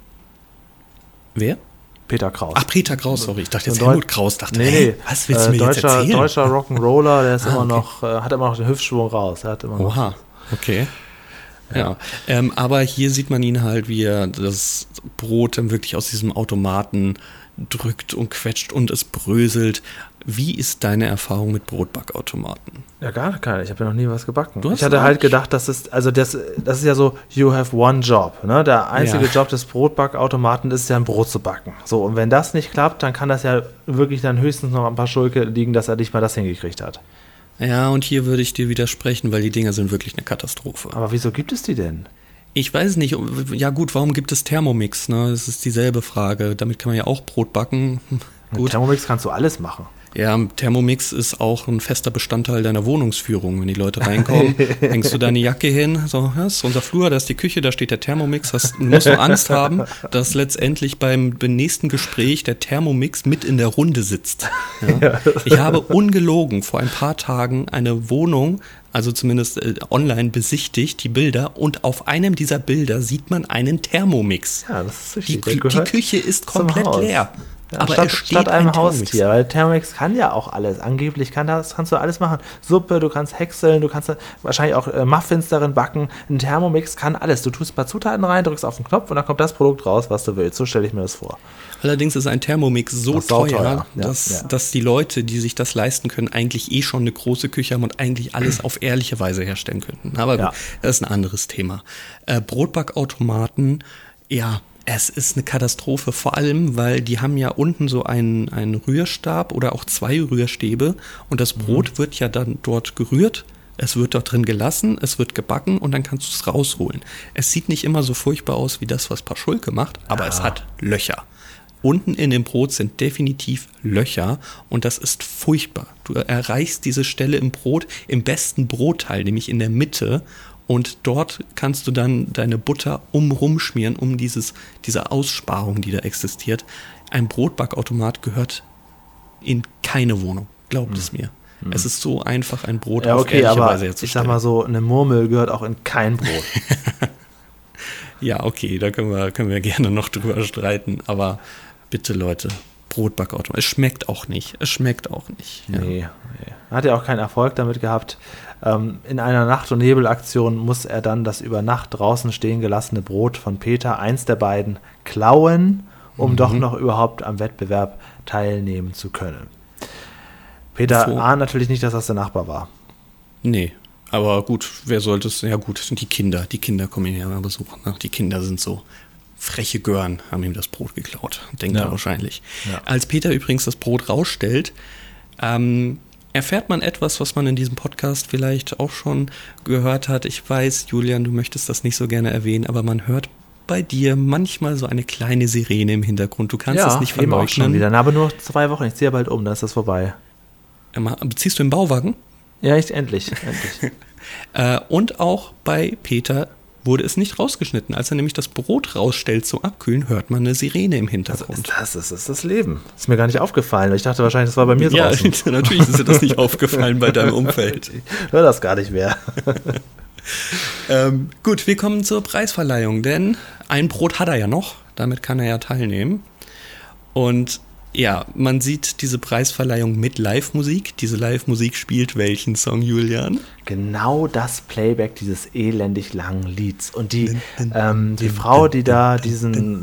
C: Wer?
B: Peter Kraus.
C: Ach, Peter Kraus, sorry. Ich dachte jetzt Helmut Kraus.
B: Nee.
C: Was willst du mir jetzt erzählen?
B: Deutscher Rock'n'Roller, der ist immer noch, hat immer noch den Hüftschwung raus.
C: Oha, okay. Ja, aber hier sieht man ihn halt, wie er das Brot dann wirklich aus diesem Automaten drückt und quetscht und es bröselt. Wie ist deine Erfahrung mit Brotbackautomaten?
B: Ja, gar keine. Ich habe ja noch nie was gebacken. Ich hatte halt gedacht, das ist ja so, you have one job. Ne? Der einzige Job des Brotbackautomaten ist ja, ein Brot zu backen. So, und wenn das nicht klappt, dann kann das ja wirklich dann höchstens noch ein paar Schulke liegen, dass er nicht mal das hingekriegt hat.
C: Ja, und hier würde ich dir widersprechen, weil die Dinger sind wirklich eine Katastrophe.
B: Aber wieso gibt es die denn?
C: Ich weiß nicht. Ja gut, warum gibt es Thermomix? Ne? Das ist dieselbe Frage. Damit kann man ja auch Brot backen.
B: Gut. Mit Thermomix kannst du alles machen.
C: Ja, Thermomix ist auch ein fester Bestandteil deiner Wohnungsführung. Wenn die Leute reinkommen, hängst du deine Jacke hin, so, das ist unser Flur, da ist die Küche, da steht der Thermomix. Du musst nur Angst haben, dass letztendlich beim nächsten Gespräch der Thermomix mit in der Runde sitzt. Ja? Ich habe ungelogen vor ein paar Tagen eine Wohnung, also zumindest online besichtigt, die Bilder, und auf einem dieser Bilder sieht man einen Thermomix.
B: Ja, das ist richtig.
C: Die Küche ist komplett leer.
B: Ja, aber statt einem Haustier, weil Thermomix kann ja auch alles. Angeblich kannst du alles machen. Suppe, du kannst häckseln, du kannst wahrscheinlich auch Muffins darin backen. Ein Thermomix kann alles. Du tust ein paar Zutaten rein, drückst auf den Knopf und dann kommt das Produkt raus, was du willst. So stelle ich mir das vor.
C: Allerdings ist ein Thermomix so teuer, dass die Leute, die sich das leisten können, eigentlich schon eine große Küche haben und eigentlich alles auf ehrliche Weise herstellen könnten. Aber gut, das ist ein anderes Thema. Brotbackautomaten, es ist eine Katastrophe, vor allem, weil die haben ja unten so einen Rührstab oder auch 2 Rührstäbe und das Brot wird ja dann dort gerührt, es wird dort drin gelassen, es wird gebacken und dann kannst du es rausholen. Es sieht nicht immer so furchtbar aus wie das, was Paschulke macht, aber es hat Löcher. Unten in dem Brot sind definitiv Löcher und das ist furchtbar. Du erreichst diese Stelle im Brot, im besten Brotteil, nämlich in der Mitte, und dort kannst du dann deine Butter rumschmieren, um diese Aussparung, die da existiert. Ein Brotbackautomat gehört in keine Wohnung, glaubt es mir. Es ist so einfach, ein Brot auf ehrliche Weise herzustellen.
B: Ich sag mal so, eine Murmel gehört auch in kein Brot.
C: Ja, okay, da können wir gerne noch drüber streiten, aber bitte Leute, Brotbackautomat, es schmeckt auch nicht. Ja.
B: Nee. Hat ja auch keinen Erfolg damit gehabt. In einer Nacht- und Nebelaktion muss er dann das über Nacht draußen stehen gelassene Brot von Peter, eins der beiden, klauen, um doch noch überhaupt am Wettbewerb teilnehmen zu können. Peter ahnt natürlich nicht, dass das der Nachbar war.
C: Nee, aber gut, wer sollte es? Ja gut, die Kinder kommen ihn ja mal besuchen. Ne? Die Kinder sind so freche Gören, haben ihm das Brot geklaut, denkt er wahrscheinlich. Ja. Als Peter übrigens das Brot rausstellt, erfährt man etwas, was man in diesem Podcast vielleicht auch schon gehört hat. Ich weiß, Julian, du möchtest das nicht so gerne erwähnen, aber man hört bei dir manchmal so eine kleine Sirene im Hintergrund. Du kannst das nicht verleugnen.
B: Auch schon wieder. Aber nur 2 Wochen, ich ziehe bald um, dann ist das vorbei.
C: Beziehst du im Bauwagen?
B: Ja, endlich.
C: Und auch bei Peter wurde es nicht rausgeschnitten. Als er nämlich das Brot rausstellt zum Abkühlen, hört man eine Sirene im Hintergrund.
B: Also das ist das Leben. Das ist mir gar nicht aufgefallen. Ich dachte wahrscheinlich, das war bei mir draußen.
C: Ja, natürlich ist dir das nicht aufgefallen bei deinem Umfeld.
B: Ich höre das gar nicht mehr.
C: Gut, wir kommen zur Preisverleihung, denn ein Brot hat er ja noch. Damit kann er ja teilnehmen. Und ja, man sieht diese Preisverleihung mit Live-Musik. Diese Live-Musik spielt welchen Song, Julian?
B: Genau das Playback dieses elendig langen Lieds. Und die Frau, die da diese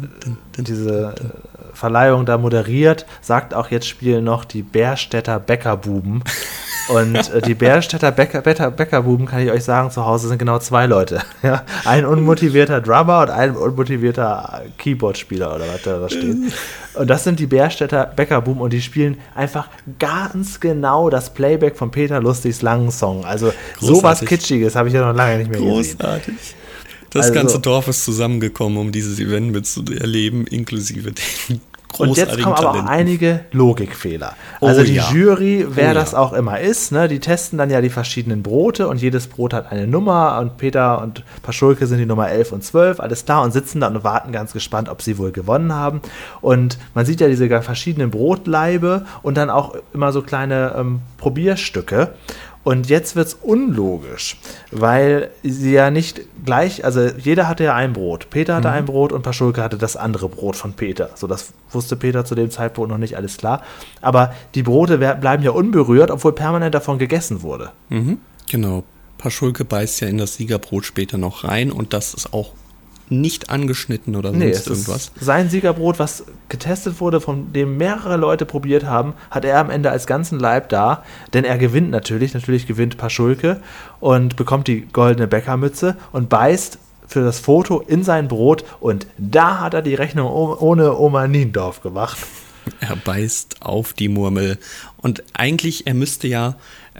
B: Verleihung da moderiert, sagt auch, jetzt spielen noch die Bärstädter Bäckerbuben. Und die Bärstädter Bäckerbuben, kann ich euch sagen, zu Hause sind genau 2 Leute. Ja? Ein unmotivierter Drummer und ein unmotivierter Keyboard-Spieler oder was da steht. Und das sind die Bärstädter Bäckerbuben und die spielen einfach ganz genau das Playback von Peter Lustigs langen Song. Also sowas Kitschiges habe ich ja noch lange nicht mehr gesehen.
C: Großartig. Das ganze Dorf ist zusammengekommen, um dieses Event mitzuerleben, inklusive den
B: und jetzt kommen aber auch einige Logikfehler. Also die Jury, wer das auch immer ist, ne, die testen dann ja die verschiedenen Brote und jedes Brot hat eine Nummer und Peter und Paschulke sind die Nummer 11 und 12, alles klar, und sitzen da und warten ganz gespannt, ob sie wohl gewonnen haben. Und man sieht ja diese verschiedenen Brotlaibe und dann auch immer so kleine Probierstücke. Und jetzt wird's unlogisch, weil sie ja nicht gleich, also jeder hatte ja ein Brot. Peter hatte ein Brot und Paschulke hatte das andere Brot von Peter. So, das wusste Peter zu dem Zeitpunkt noch nicht, alles klar. Aber die Brote bleiben ja unberührt, obwohl permanent davon gegessen wurde.
C: Genau. Paschulke beißt ja in das Siegerbrot später noch rein und das ist auch nicht angeschnitten oder sonst irgendwas.
B: Sein Siegerbrot, was getestet wurde, von dem mehrere Leute probiert haben, hat er am Ende als ganzen Leib da, denn er gewinnt natürlich gewinnt Paschulke und bekommt die goldene Bäckermütze und beißt für das Foto in sein Brot und da hat er die Rechnung ohne Oma Niendorf gemacht.
C: Er beißt auf die Murmel und eigentlich, er müsste ja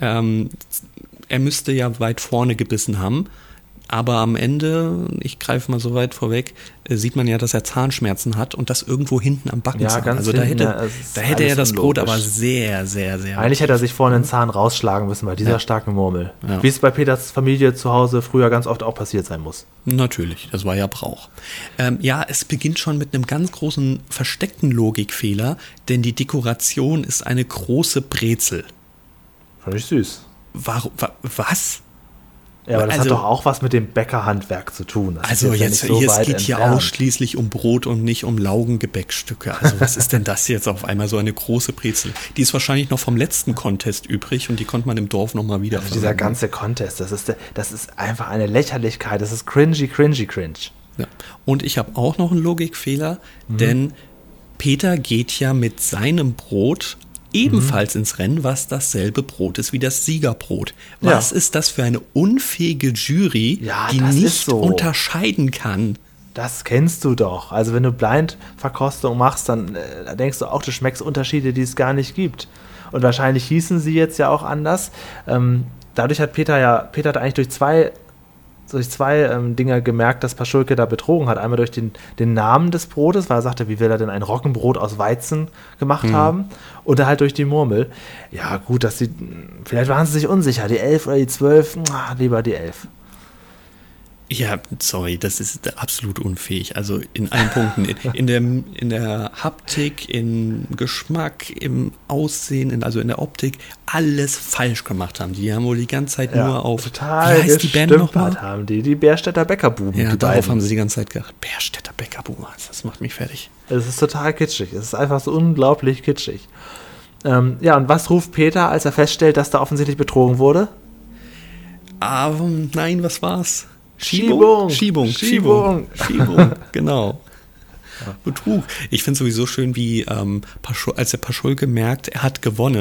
C: weit vorne gebissen haben. Aber am Ende, ich greife mal so weit vorweg, sieht man ja, dass er Zahnschmerzen hat und das irgendwo hinten am Backenzahn.
B: Ja,
C: also da hätte er das Brot aber sehr, sehr, sehr...
B: Eigentlich hätte er sich vorne den Zahn rausschlagen müssen bei dieser starken Murmel. Ja. Wie es bei Peters Familie zu Hause früher ganz oft auch passiert sein muss.
C: Natürlich, das war ja Brauch. Es beginnt schon mit einem ganz großen versteckten Logikfehler, denn die Dekoration ist eine große Brezel.
B: Fand ich süß.
C: Was?
B: Ja, aber das hat doch auch was mit dem Bäckerhandwerk zu tun.
C: Es geht hier ausschließlich um Brot und nicht um Laugengebäckstücke. Also was ist denn das jetzt auf einmal, so eine große Brezel? Die ist wahrscheinlich noch vom letzten Contest übrig und die konnte man im Dorf nochmal wieder
B: verwenden. Dieser ganze Contest, das ist einfach eine Lächerlichkeit. Das ist cringy.
C: Ja. Und ich habe auch noch einen Logikfehler, denn Peter geht ja mit seinem Brot ebenfalls ins Rennen, was dasselbe Brot ist wie das Siegerbrot. Was ist das für eine unfähige Jury, die nicht unterscheiden kann?
B: Das kennst du doch. Also wenn du Blindverkostung machst, dann denkst du auch, du schmeckst Unterschiede, die es gar nicht gibt. Und wahrscheinlich hießen sie jetzt ja auch anders. Dadurch hat Peter hat eigentlich durch zwei Dinge gemerkt, dass Paschulke da betrogen hat. Einmal durch den Namen des Brotes, weil er sagte, wie will er denn ein Roggenbrot aus Weizen gemacht haben? Oder halt durch die Murmel. Ja gut, vielleicht waren sie sich unsicher, die 11 oder die 12, lieber die 11.
C: Ja, sorry, das ist absolut unfähig. Also in allen Punkten. In der Haptik, im Geschmack, im Aussehen, also in der Optik, alles falsch gemacht haben. Die haben wohl die ganze Zeit nur auf...
B: Total wie heißt die Band nochmal? Haben die Bärstädter Bäckerbuben.
C: Ja, darauf haben sie die ganze Zeit gedacht. Bärstädter Bäckerbuben, das macht mich fertig.
B: Es ist total kitschig. Es ist einfach so unglaublich kitschig. Und was ruft Peter, als er feststellt, dass da offensichtlich betrogen wurde?
C: Nein, was war's?
B: Schiebung,
C: genau. Betrug. Ich finde es sowieso schön, wie als der Paschulke merkt, er hat gewonnen,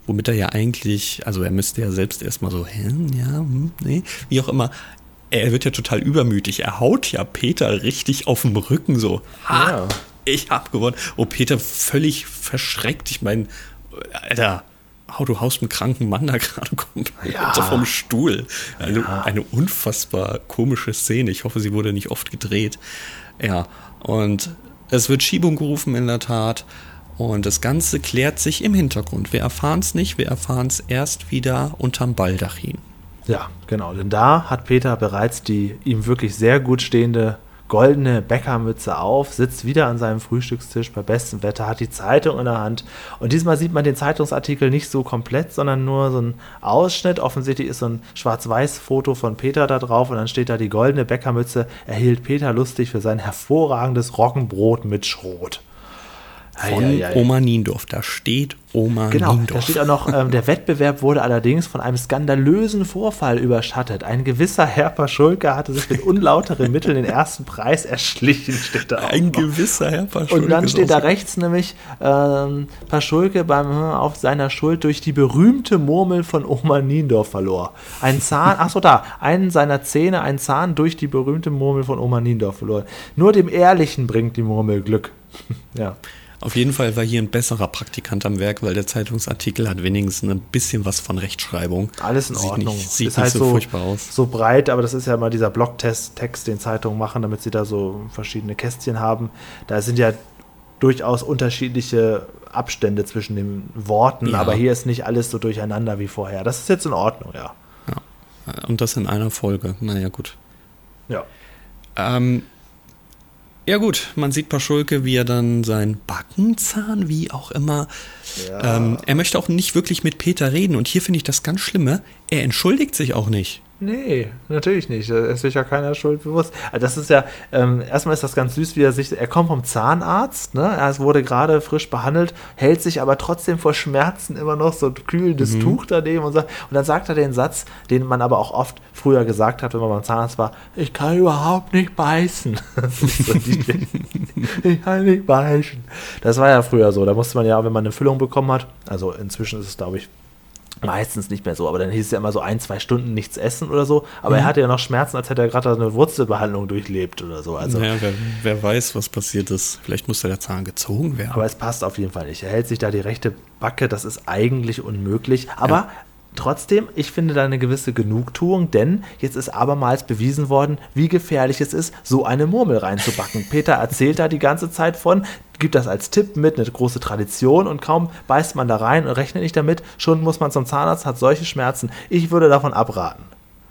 C: womit er ja eigentlich, also er müsste ja selbst erstmal so, nee, wie auch immer. Er wird ja total übermütig. Er haut ja Peter richtig auf den Rücken so. Ich hab gewonnen. Oh, Peter völlig verschreckt. Ich meine, Alter, du haust einen kranken Mann da gerade so vom Stuhl. Eine unfassbar komische Szene. Ich hoffe, sie wurde nicht oft gedreht. Ja, und es wird Schiebung gerufen in der Tat. Und das Ganze klärt sich im Hintergrund. Wir erfahren es nicht, wir erfahren es erst wieder unterm Baldachin.
B: Ja, genau, denn da hat Peter bereits die ihm wirklich sehr gut stehende goldene Bäckermütze auf, sitzt wieder an seinem Frühstückstisch bei bestem Wetter, hat die Zeitung in der Hand und diesmal sieht man den Zeitungsartikel nicht so komplett, sondern nur so ein Ausschnitt. Offensichtlich ist so ein Schwarz-Weiß-Foto von Peter da drauf und dann steht da: Die goldene Bäckermütze erhielt Peter Lustig für sein hervorragendes Roggenbrot mit Schrot.
C: Von Oma Niendorf, da steht Oma Niendorf.
B: Da steht auch noch, der Wettbewerb wurde allerdings von einem skandalösen Vorfall überschattet. Ein gewisser Herr Paschulke hatte sich mit unlauteren Mitteln den ersten Preis erschlichen, steht da auch
C: Ein
B: noch.
C: gewisser Herr Paschulke.
B: Und dann steht da rechts nämlich, Paschulke auf seiner Schuld durch die berühmte Murmel von Oma Niendorf verlor. Einen seiner Zähne, ein Zahn durch die berühmte Murmel von Oma Niendorf verloren. Nur dem Ehrlichen bringt die Murmel Glück. Ja.
C: Auf jeden Fall war hier ein besserer Praktikant am Werk, weil der Zeitungsartikel hat wenigstens ein bisschen was von Rechtschreibung.
B: Alles in Ordnung.
C: Sieht nicht so furchtbar aus.
B: So breit, aber das ist ja mal dieser Blogtext, den Zeitungen machen, damit sie da so verschiedene Kästchen haben. Da sind ja durchaus unterschiedliche Abstände zwischen den Worten, aber hier ist nicht alles so durcheinander wie vorher. Das ist jetzt in Ordnung, ja.
C: Und das in einer Folge. Naja, gut.
B: Ja.
C: Ja gut, man sieht Paschulke, wie er dann seinen Backenzahn, wie auch immer, er möchte auch nicht wirklich mit Peter reden und hier finde ich das ganz Schlimme, er entschuldigt sich auch nicht.
B: Nee, natürlich nicht. Da ist sich ja keiner Schuld bewusst. Also das ist ja, erstmal ist das ganz süß, wie er kommt vom Zahnarzt, ne? Er wurde gerade frisch behandelt, hält sich aber trotzdem vor Schmerzen immer noch so ein kühlendes Tuch daneben und dann sagt er den Satz, den man aber auch oft früher gesagt hat, wenn man beim Zahnarzt war: Ich kann überhaupt nicht beißen. Das ist so ich kann nicht beißen. Das war ja früher so. Da musste man ja, wenn man eine Füllung bekommen hat, also inzwischen ist es, glaube ich, meistens nicht mehr so, aber dann hieß es ja immer so 1-2 Stunden nichts essen oder so, aber er hatte ja noch Schmerzen, als hätte er gerade eine Wurzelbehandlung durchlebt oder so. Also,
C: naja, wer weiß, was passiert ist. Vielleicht musste der Zahn gezogen werden.
B: Aber es passt auf jeden Fall nicht. Er hält sich da die rechte Backe, das ist eigentlich unmöglich, aber trotzdem, ich finde da eine gewisse Genugtuung, denn jetzt ist abermals bewiesen worden, wie gefährlich es ist, so eine Murmel reinzubacken. Peter erzählt da die ganze Zeit von, gibt das als Tipp mit, eine große Tradition, und kaum beißt man da rein und rechnet nicht damit, schon muss man zum Zahnarzt, hat solche Schmerzen. Ich würde davon abraten.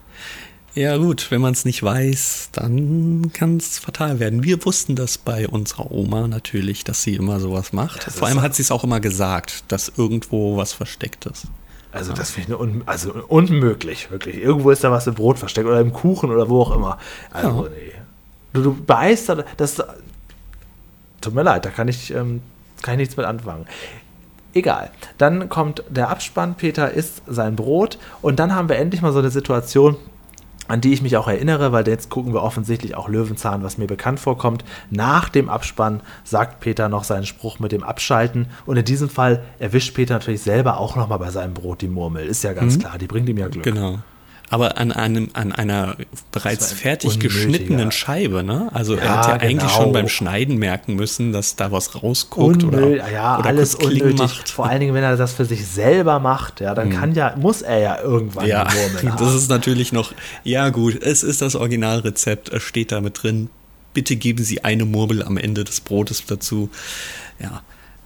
C: Ja gut, wenn man es nicht weiß, dann kann es fatal werden. Wir wussten das bei unserer Oma natürlich, dass sie immer sowas macht. Vor allem hat sie es auch immer gesagt, dass irgendwo was versteckt ist.
B: Also das finde ich unmöglich, wirklich. Irgendwo ist da was im Brot versteckt oder im Kuchen oder wo auch immer. Also nee. Du beißt das. Tut mir leid, da kann ich nichts mit anfangen. Egal. Dann kommt der Abspann, Peter isst sein Brot und dann haben wir endlich mal so eine Situation, an die ich mich auch erinnere, weil jetzt gucken wir offensichtlich auch Löwenzahn, was mir bekannt vorkommt. Nach dem Abspann sagt Peter noch seinen Spruch mit dem Abschalten und in diesem Fall erwischt Peter natürlich selber auch nochmal bei seinem Brot die Murmel. Ist ja ganz klar, die bringt ihm ja Glück.
C: Genau. Aber an einer bereits fertig geschnittenen Scheibe, ne? Also er hat ja eigentlich schon beim Schneiden merken müssen, dass da was rausguckt oder
B: alles unnötig. Macht. Vor allen Dingen, wenn er das für sich selber macht, ja, dann muss er ja irgendwann die Murmel haben.
C: Das ist natürlich noch, ja gut, es ist das Originalrezept, es steht da mit drin, bitte geben Sie eine Murmel am Ende des Brotes dazu. Ja,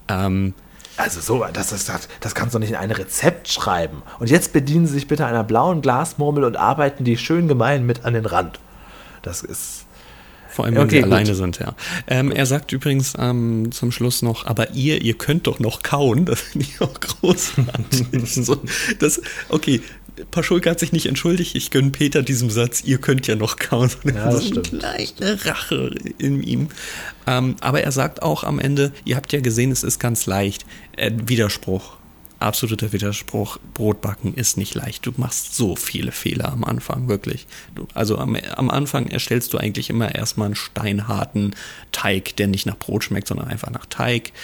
B: also das kannst du nicht in ein Rezept schreiben. Und jetzt bedienen Sie sich bitte einer blauen Glasmurmel und arbeiten die schön gemein mit an den Rand. Das ist...
C: Vor allem, wenn sie alleine sind, ja. Er sagt übrigens zum Schluss noch, aber ihr könnt doch noch kauen. Das finde ich auch großartig. Okay, Paschulke hat sich nicht entschuldigt. Ich gönne Peter diesem Satz, ihr könnt ja noch kauen.
B: Ja, das stimmt.
C: Eine kleine Rache in ihm. Aber er sagt auch am Ende, ihr habt ja gesehen, es ist ganz leicht. Widerspruch. Absoluter Widerspruch, Brotbacken ist nicht leicht. Du machst so viele Fehler am Anfang, wirklich. Am Anfang erstellst du eigentlich immer erstmal einen steinharten Teig, der nicht nach Brot schmeckt, sondern einfach nach Teig.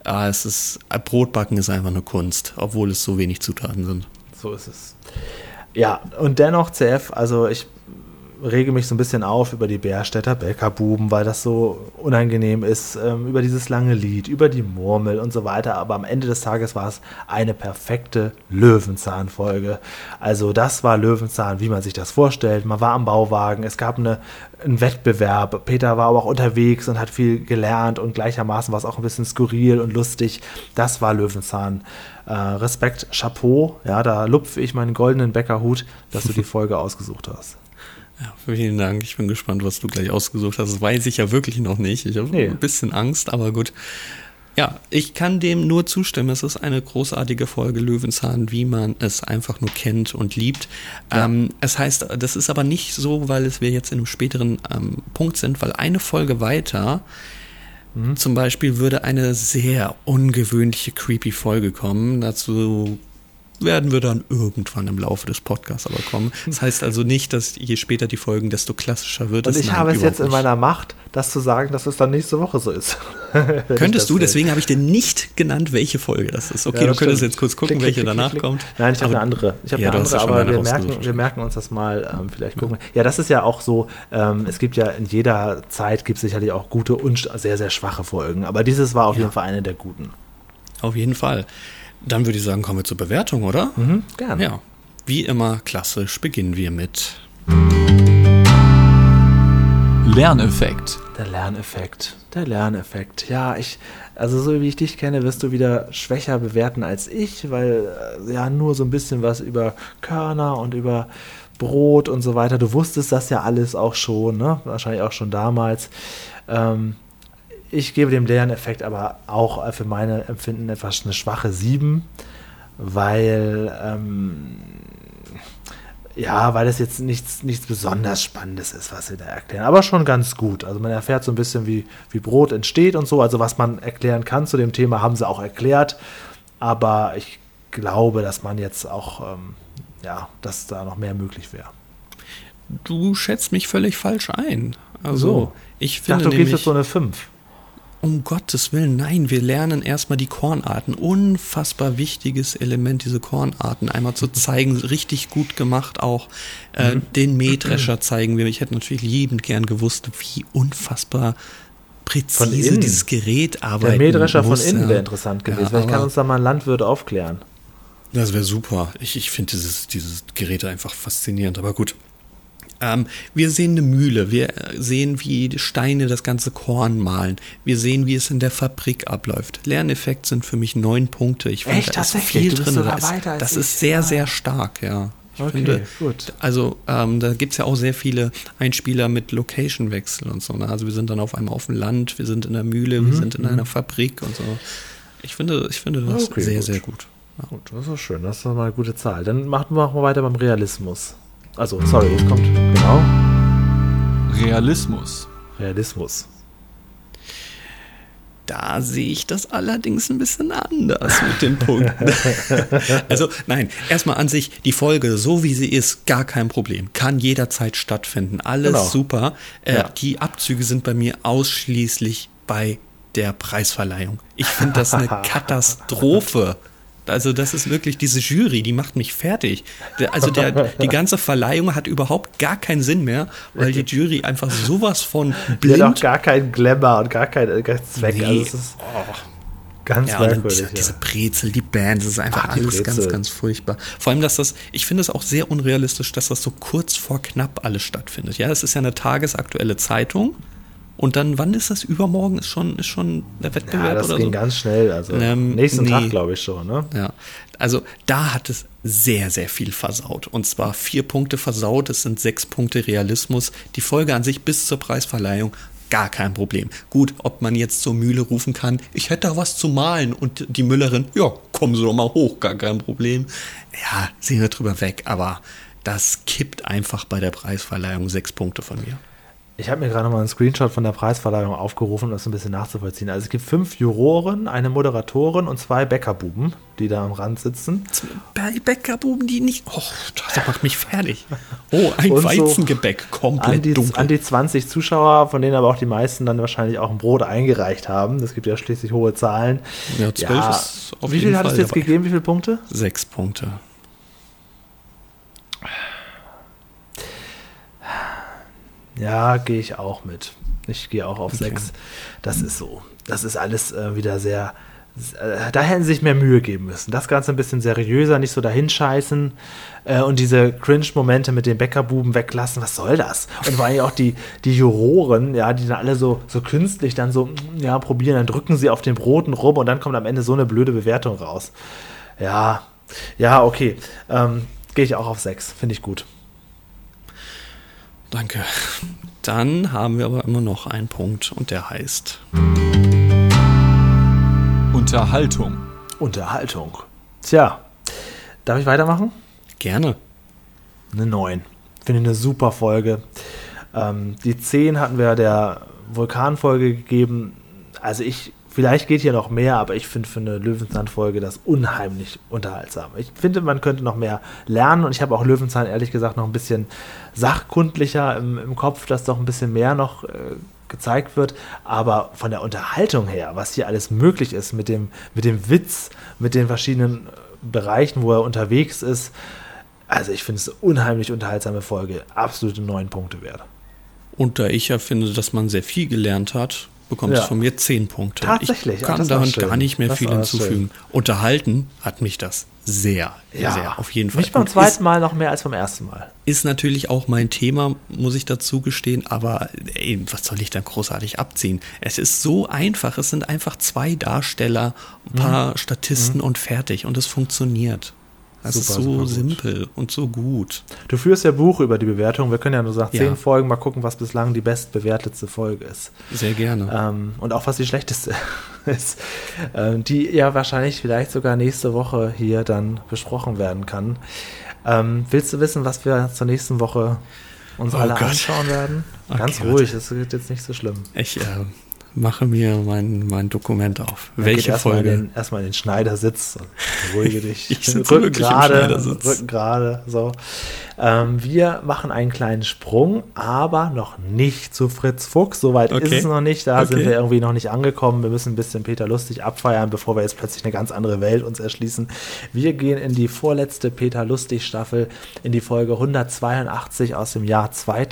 C: Brotbacken ist einfach eine Kunst, obwohl es so wenig Zutaten sind.
B: So ist es. Ja, und dennoch, CF, also ich rege mich so ein bisschen auf über die Bärstädter Bäckerbuben, weil das so unangenehm ist, über dieses lange Lied, über die Murmel und so weiter. Aber am Ende des Tages war es eine perfekte Löwenzahn-Folge. Also das war Löwenzahn, wie man sich das vorstellt. Man war am Bauwagen, es gab einen Wettbewerb. Peter war aber auch unterwegs und hat viel gelernt und gleichermaßen war es auch ein bisschen skurril und lustig. Das war Löwenzahn. Respekt, Chapeau. Ja, da lupfe ich meinen goldenen Bäckerhut, dass du die Folge ausgesucht hast.
C: Ja, vielen Dank. Ich bin gespannt, was du gleich ausgesucht hast. Das weiß ich ja wirklich noch nicht. Ich habe ein bisschen Angst, aber gut. Ja, ich kann dem nur zustimmen. Es ist eine großartige Folge Löwenzahn, wie man es einfach nur kennt und liebt. Ja. Es heißt, das ist aber nicht so, weil wir jetzt in einem späteren Punkt sind, weil eine Folge weiter zum Beispiel würde eine sehr ungewöhnliche, creepy Folge kommen. Dazu werden wir dann irgendwann im Laufe des Podcasts aber kommen. Das heißt also nicht, dass je später die Folgen, desto klassischer wird es.
B: Und ich habe es jetzt in meiner Macht, das zu sagen, dass es dann nächste Woche so ist.
C: Könntest du, deswegen habe ich dir nicht genannt, welche Folge das ist. Okay, ja, das du könntest jetzt kurz gucken, welche danach kommt.
B: Nein, ich habe eine andere. Aber wir merken uns das mal, vielleicht gucken. Ja, das ist ja auch so, es gibt ja in jeder Zeit, gibt es sicherlich auch gute und sehr, sehr schwache Folgen. Aber dieses war auf jeden Fall eine der guten.
C: Auf jeden Fall. Dann würde ich sagen, kommen wir zur Bewertung, oder?
B: Gerne.
C: Ja, wie immer klassisch beginnen wir mit
A: Lerneffekt.
B: Der Lerneffekt. Ja, also so wie ich dich kenne, wirst du wieder schwächer bewerten als ich, weil ja nur so ein bisschen was über Körner und über Brot und so weiter. Du wusstest das ja alles auch schon, ne? Wahrscheinlich auch schon damals. Ich gebe dem Lerneffekt aber auch für meine Empfinden etwas eine schwache 7, weil es jetzt nichts besonders Spannendes ist, was sie da erklären. Aber schon ganz gut. Also man erfährt so ein bisschen, wie Brot entsteht und so. Also was man erklären kann zu dem Thema, haben sie auch erklärt. Aber ich glaube, dass man jetzt auch, dass da noch mehr möglich wäre.
C: Du schätzt mich völlig falsch ein. Also, ich finde
B: dachte, du gibst jetzt so eine 5.
C: Um Gottes Willen, nein, wir lernen erstmal die Kornarten. Unfassbar wichtiges Element, diese Kornarten einmal zu zeigen, richtig gut gemacht auch. Den Mähdrescher zeigen wir. Ich hätte natürlich liebend gern gewusst, wie unfassbar präzise dieses Gerät arbeitet.
B: Der Mähdrescher von innen wäre interessant gewesen. Vielleicht kann uns da mal ein Landwirt aufklären.
C: Das wäre super. Ich finde dieses Gerät einfach faszinierend, aber gut. Wir sehen eine Mühle, wir sehen, wie die Steine das ganze Korn mahlen, wir sehen, wie es in der Fabrik abläuft. Lerneffekt sind für mich 9 Punkte. Ich finde, da ist viel drin. Das ist sehr, sehr stark, ja. Ich finde, gut. Also da gibt es ja auch sehr viele Einspieler mit Location-Wechsel und so. Ne? Also wir sind dann auf einmal auf dem Land, wir sind in der Mühle, wir sind in einer Fabrik und so. Ich finde das sehr, sehr gut. Ja.
B: Gut, das ist schön, das ist mal eine gute Zahl. Dann machen wir weiter beim Realismus. Also, sorry, jetzt kommt, genau.
A: Realismus.
C: Da sehe ich das allerdings ein bisschen anders mit den Punkten. Also, nein, erstmal an sich, die Folge, so wie sie ist, gar kein Problem. Kann jederzeit stattfinden. Alles super. Die Abzüge sind bei mir ausschließlich bei der Preisverleihung. Ich finde das eine Katastrophe. Also das ist wirklich, diese Jury, die macht mich fertig. Also die ganze Verleihung hat überhaupt gar keinen Sinn mehr, weil die Jury einfach sowas von blind...
B: Die hat auch gar keinen Glamour und gar keinen Zweck.
C: Nee.
B: Also es ist ganz merkwürdig.
C: Diese Brezel, die Band, das ist einfach alles ganz, ganz furchtbar. Vor allem, ich finde es auch sehr unrealistisch, dass das so kurz vor knapp alles stattfindet. Ja, es ist ja eine tagesaktuelle Zeitung. Und dann, wann ist das? Übermorgen ist schon der Wettbewerb oder so?
B: Das ging ganz schnell, also nächsten Tag, glaube ich schon, ne?
C: Ja, also da hat es sehr, sehr viel versaut. Und zwar 4 Punkte versaut, es sind 6 Punkte Realismus. Die Folge an sich bis zur Preisverleihung, gar kein Problem. Gut, ob man jetzt zur Mühle rufen kann, ich hätte da was zu malen. Und die Müllerin, ja, kommen Sie doch mal hoch, gar kein Problem. Ja, sehen wir drüber weg, aber das kippt einfach bei der Preisverleihung 6 Punkte von mir.
B: Ich habe mir gerade noch mal einen Screenshot von der Preisverleihung aufgerufen, um das ein bisschen nachzuvollziehen. Also es gibt 5 Juroren, eine Moderatorin und 2 Bäckerbuben, die da am Rand sitzen.
C: Bäckerbuben, die nicht... Oh, das macht mich fertig. Oh, ein
B: Und
C: Weizengebäck, komplett dunkel.
B: An die 20 Zuschauer, von denen aber auch die meisten dann wahrscheinlich auch ein Brot eingereicht haben. Das gibt ja schließlich hohe Zahlen.
C: Ja, 12 ist auf
B: wie
C: jeden
B: viel hat es
C: Fall
B: jetzt
C: dabei.
B: gegeben? Wie viele Punkte?
C: 6 Punkte.
B: Ja, gehe ich auch mit. Ich gehe auch auf 6. Das ist so. Das ist alles wieder sehr... Da hätten sie sich mehr Mühe geben müssen. Das Ganze ein bisschen seriöser, nicht so dahinscheißen und diese Cringe-Momente mit den Bäckerbuben weglassen. Was soll das? Und vor allem auch die Juroren, ja, die dann alle so künstlich dann so, ja, probieren, dann drücken sie auf den Broten rum und dann kommt am Ende so eine blöde Bewertung raus. Ja, okay. Gehe ich auch auf 6. Finde ich gut.
C: Danke. Dann haben wir aber immer noch einen Punkt und der heißt...
A: Unterhaltung.
B: Tja, darf ich weitermachen?
C: Gerne.
B: Eine 9. Finde ich eine super Folge. Die 10 hatten wir der Vulkanfolge gegeben. Also vielleicht geht hier noch mehr, aber ich finde für eine Löwenzahn-Folge das unheimlich unterhaltsam. Ich finde, man könnte noch mehr lernen und ich habe auch Löwenzahn ehrlich gesagt noch ein bisschen sachkundlicher im Kopf, dass doch ein bisschen mehr noch gezeigt wird, aber von der Unterhaltung her, was hier alles möglich ist mit dem Witz, mit den verschiedenen Bereichen, wo er unterwegs ist, also ich finde es eine unheimlich unterhaltsame Folge, absolute 9 Punkte wert.
C: Und da ich ja finde, dass man sehr viel gelernt hat, bekommt es von mir 10 Punkte.
B: Tatsächlich.
C: Ich kann da gar nicht mehr viel hinzufügen. Unterhalten hat mich das sehr auf jeden Fall.
B: Nicht beim zweiten Mal noch mehr als beim ersten Mal.
C: Ist natürlich auch mein Thema, muss ich dazu gestehen, aber was soll ich da großartig abziehen? Es ist so einfach, es sind einfach 2 Darsteller, ein paar Statisten und fertig und es funktioniert. Das ist so simpel und so gut.
B: Du führst ja Buch über die Bewertung. Wir können ja nur nach 10 Folgen mal gucken, was bislang die bestbewertetste Folge ist.
C: Sehr gerne.
B: Und auch was die schlechteste ist. Die ja wahrscheinlich vielleicht sogar nächste Woche hier dann besprochen werden kann. Willst du wissen, was wir zur nächsten Woche uns alle anschauen werden? Ganz ruhig, das wird jetzt nicht so schlimm.
C: Ich mache mir mein Dokument auf. Welche Folge?
B: Erstmal in den Schneidersitz. Beruhige dich.
C: Ich sitze wirklich im Schneidersitz.
B: Rücken gerade. So. Wir machen einen kleinen Sprung, aber noch nicht zu Fritz Fuchs. Soweit ist es noch nicht. Da sind wir irgendwie noch nicht angekommen. Wir müssen ein bisschen Peter Lustig abfeiern, bevor wir jetzt plötzlich eine ganz andere Welt uns erschließen. Wir gehen in die vorletzte Peter Lustig Staffel, in die Folge 182 aus dem Jahr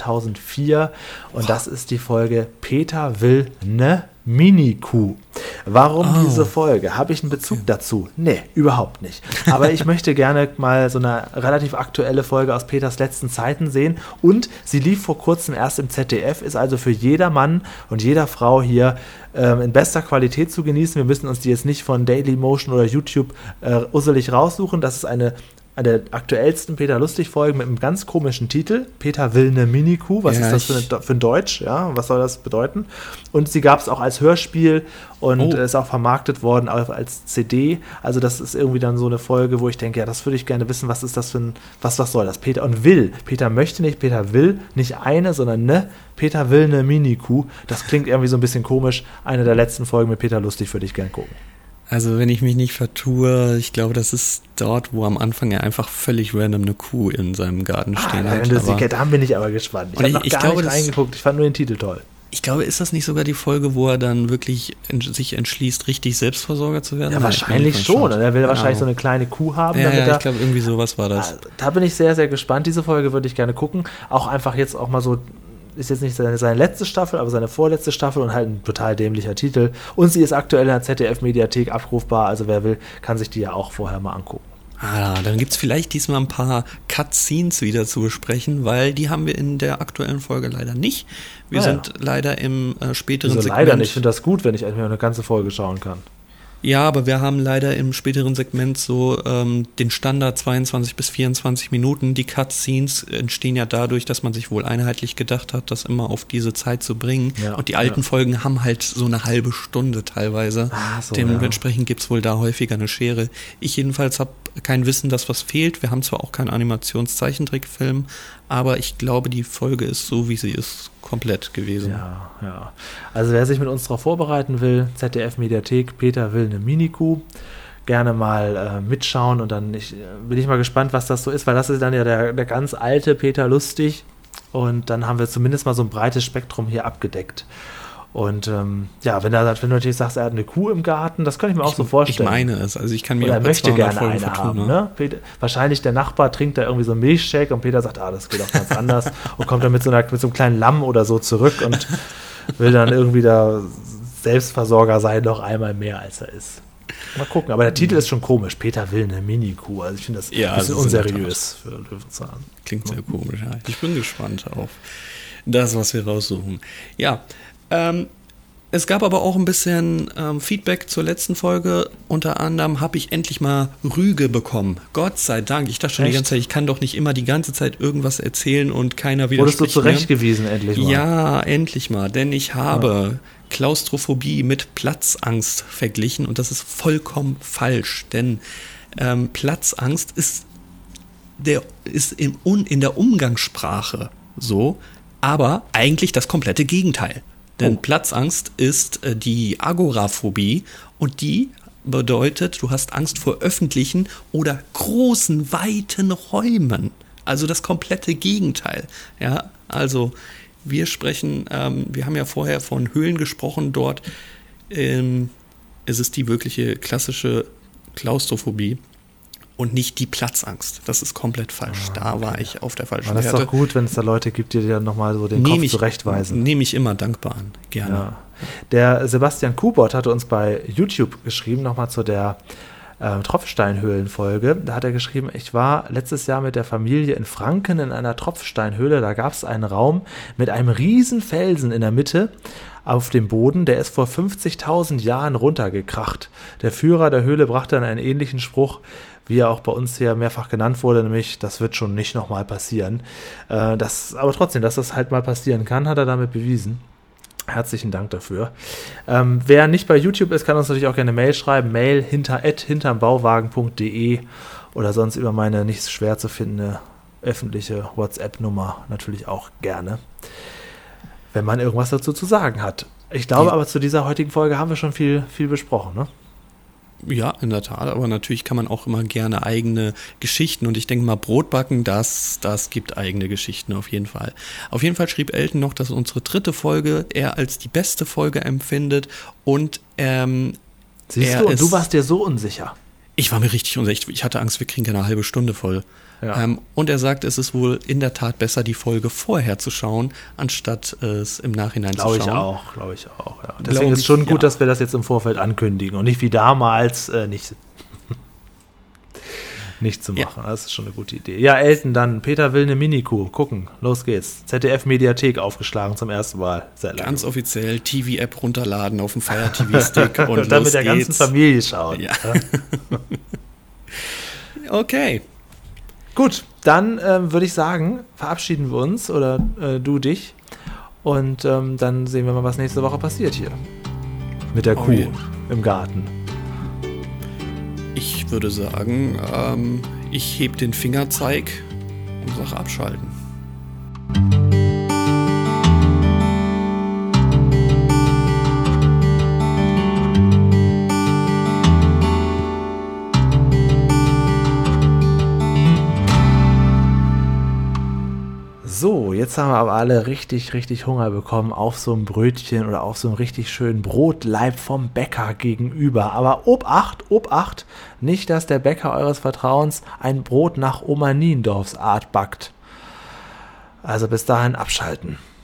B: 2004. Und das ist die Folge Peter will ne Mini-Kuh. Warum diese Folge? Habe ich einen Bezug dazu? Nee, überhaupt nicht. Aber ich möchte gerne mal so eine relativ aktuelle Folge aus Peters letzten Zeiten sehen. Und sie lief vor kurzem erst im ZDF, ist also für jeder Mann und jeder Frau hier in bester Qualität zu genießen. Wir müssen uns die jetzt nicht von Dailymotion oder YouTube usselig raussuchen. Das ist eine der aktuellsten Peter Lustig-Folgen mit einem ganz komischen Titel. Peter will ne Mini-Kuh. Was ist das für ein Deutsch? Ja, was soll das bedeuten? Und sie gab es auch als Hörspiel und ist auch vermarktet worden, auch als CD. Also das ist irgendwie dann so eine Folge, wo ich denke, ja, das würde ich gerne wissen, was ist das für ein, was soll das? Peter und will. Peter möchte nicht, Peter will nicht eine, sondern ne. Peter will ne Mini-Kuh. Das klingt irgendwie so ein bisschen komisch. Eine der letzten Folgen mit Peter Lustig würde ich gerne gucken.
C: Also wenn ich mich nicht vertue, ich glaube, das ist dort, wo am Anfang er einfach völlig random eine Kuh in seinem Garten stehen hat.
B: Da bin ich aber gespannt. Ich habe noch gar nicht reingeguckt, ich fand nur den Titel toll.
C: Ich glaube, ist das nicht sogar die Folge, wo er dann wirklich sich entschließt, richtig Selbstversorger zu werden?
B: Ja, wahrscheinlich schon. Und er will wahrscheinlich so eine kleine Kuh haben.
C: Ja, ich glaube, irgendwie sowas war das.
B: Da bin ich sehr, sehr gespannt. Diese Folge würde ich gerne gucken. Auch einfach jetzt auch mal so, ist jetzt nicht seine letzte Staffel, aber seine vorletzte Staffel und halt ein total dämlicher Titel. Und sie ist aktuell in der ZDF-Mediathek abrufbar, also wer will, kann sich die ja auch vorher mal angucken.
C: Dann gibt es vielleicht diesmal ein paar Cutscenes wieder zu besprechen, weil die haben wir in der aktuellen Folge leider nicht. Wir sind leider im späteren Segment.
B: Leider nicht, ich finde das gut, wenn ich mir eine ganze Folge schauen kann.
C: Ja, aber wir haben leider im späteren Segment so den Standard 22 bis 24 Minuten. Die Cutscenes entstehen ja dadurch, dass man sich wohl einheitlich gedacht hat, das immer auf diese Zeit zu bringen. Ja, und die alten Folgen haben halt so eine halbe Stunde teilweise. Dementsprechend gibt's wohl da häufiger eine Schere. Ich jedenfalls habe kein Wissen, dass was fehlt. Wir haben zwar auch keinen Animationszeichentrickfilm, aber ich glaube, die Folge ist so, wie sie ist, komplett gewesen.
B: Ja. Also wer sich mit uns darauf vorbereiten will, ZDF-Mediathek, Peter will eine Mini-Kuh, gerne mal mitschauen und dann bin ich mal gespannt, was das so ist, weil das ist dann ja der ganz alte Peter Lustig und dann haben wir zumindest mal so ein breites Spektrum hier abgedeckt. Und wenn du natürlich sagst, er hat eine Kuh im Garten, das kann ich mir auch so vorstellen.
C: Ich meine es, also ich kann mir
B: oder
C: auch
B: er möchte gerne
C: Folgen
B: eine
C: vertun,
B: haben. Ne? Peter, wahrscheinlich der Nachbar trinkt da irgendwie so einen Milchshake und Peter sagt, das geht auch ganz anders und kommt dann mit so einem kleinen Lamm oder so zurück und will dann irgendwie da Selbstversorger sein, noch einmal mehr als er ist. Mal gucken, aber der Titel ist schon komisch. Peter will eine Mini-Kuh. Also ich finde das ein bisschen unseriös für Löwenzahn.
C: Klingt sehr komisch. Ja. Ich bin gespannt auf das, was wir raussuchen. Ja, es gab aber auch ein bisschen Feedback zur letzten Folge. Unter anderem habe ich endlich mal Rüge bekommen. Gott sei Dank. Ich dachte schon die ganze Zeit, ich kann doch nicht immer die ganze Zeit irgendwas erzählen und keiner widerspricht.
B: Wurdest du zurechtgewiesen endlich mal?
C: Ja, endlich mal. Denn ich habe Klaustrophobie mit Platzangst verglichen und das ist vollkommen falsch. Denn Platzangst ist in der Umgangssprache so, aber eigentlich das komplette Gegenteil. Denn Platzangst ist die Agoraphobie und die bedeutet, du hast Angst vor öffentlichen oder großen, weiten Räumen. Also das komplette Gegenteil. Ja, also wir haben ja vorher von Höhlen gesprochen, dort ist es die wirkliche klassische Klaustrophobie. Und nicht die Platzangst. Das ist komplett falsch. Da war ich auf der falschen Fährte.
B: Das ist doch gut, wenn es da Leute gibt, die dir nochmal so den Kopf zurechtweisen.
C: Nehme ich immer dankbar an. Gerne.
B: Ja. Der Sebastian Kubot hatte uns bei YouTube geschrieben, nochmal zu der Tropfsteinhöhlen-Folge. Da hat er geschrieben, ich war letztes Jahr mit der Familie in Franken in einer Tropfsteinhöhle. Da gab es einen Raum mit einem riesen Felsen in der Mitte auf dem Boden. Der ist vor 50.000 Jahren runtergekracht. Der Führer der Höhle brachte dann einen ähnlichen Spruch, wie er auch bei uns hier mehrfach genannt wurde, nämlich, das wird schon nicht nochmal passieren. Aber trotzdem, dass das halt mal passieren kann, hat er damit bewiesen. Herzlichen Dank dafür. Wer nicht bei YouTube ist, kann uns natürlich auch gerne Mail schreiben. Mail hintermbauwagen.de oder sonst über meine nicht schwer zu findende öffentliche WhatsApp-Nummer natürlich auch gerne, wenn man irgendwas dazu zu sagen hat. Ich glaube aber, zu dieser heutigen Folge haben wir schon viel besprochen, ne?
C: Ja, in der Tat, aber natürlich kann man auch immer gerne eigene Geschichten und ich denke mal Brotbacken, das gibt eigene Geschichten auf jeden Fall. Auf jeden Fall schrieb Elton noch, dass unsere 3. Folge er als die beste Folge empfindet und
B: siehst du, und du warst dir so unsicher.
C: Ich war mir richtig unsicher, ich hatte Angst, wir kriegen keine halbe Stunde voll. Ja. Und er sagt, es ist wohl in der Tat besser, die Folge vorher zu schauen, anstatt es im Nachhinein zu schauen.
B: Glaube ich auch. Ja. Deswegen ist es schon gut, dass wir das jetzt im Vorfeld ankündigen und nicht wie damals nicht zu machen. Ja. Das ist schon eine gute Idee. Ja, Elton, dann Peter will eine Mini-Kuh. Gucken, los geht's. ZDF-Mediathek aufgeschlagen zum ersten Mal. Sehr lange.
C: Ganz offiziell TV-App runterladen auf dem Fire TV-Stick und
B: dann mit der ganzen Familie schauen.
C: Ja. Okay.
B: Gut, dann würde ich sagen, verabschieden wir uns oder du dich und dann sehen wir mal, was nächste Woche passiert hier mit der Kuh im Garten.
C: Ich würde sagen, ich heb den Fingerzeig und sage abschalten.
B: So, jetzt haben wir aber alle richtig, richtig Hunger bekommen auf so ein Brötchen oder auf so einen richtig schönen Brotleib vom Bäcker gegenüber. Aber Obacht, nicht, dass der Bäcker eures Vertrauens ein Brot nach Oma Niendorfs Art backt. Also bis dahin abschalten.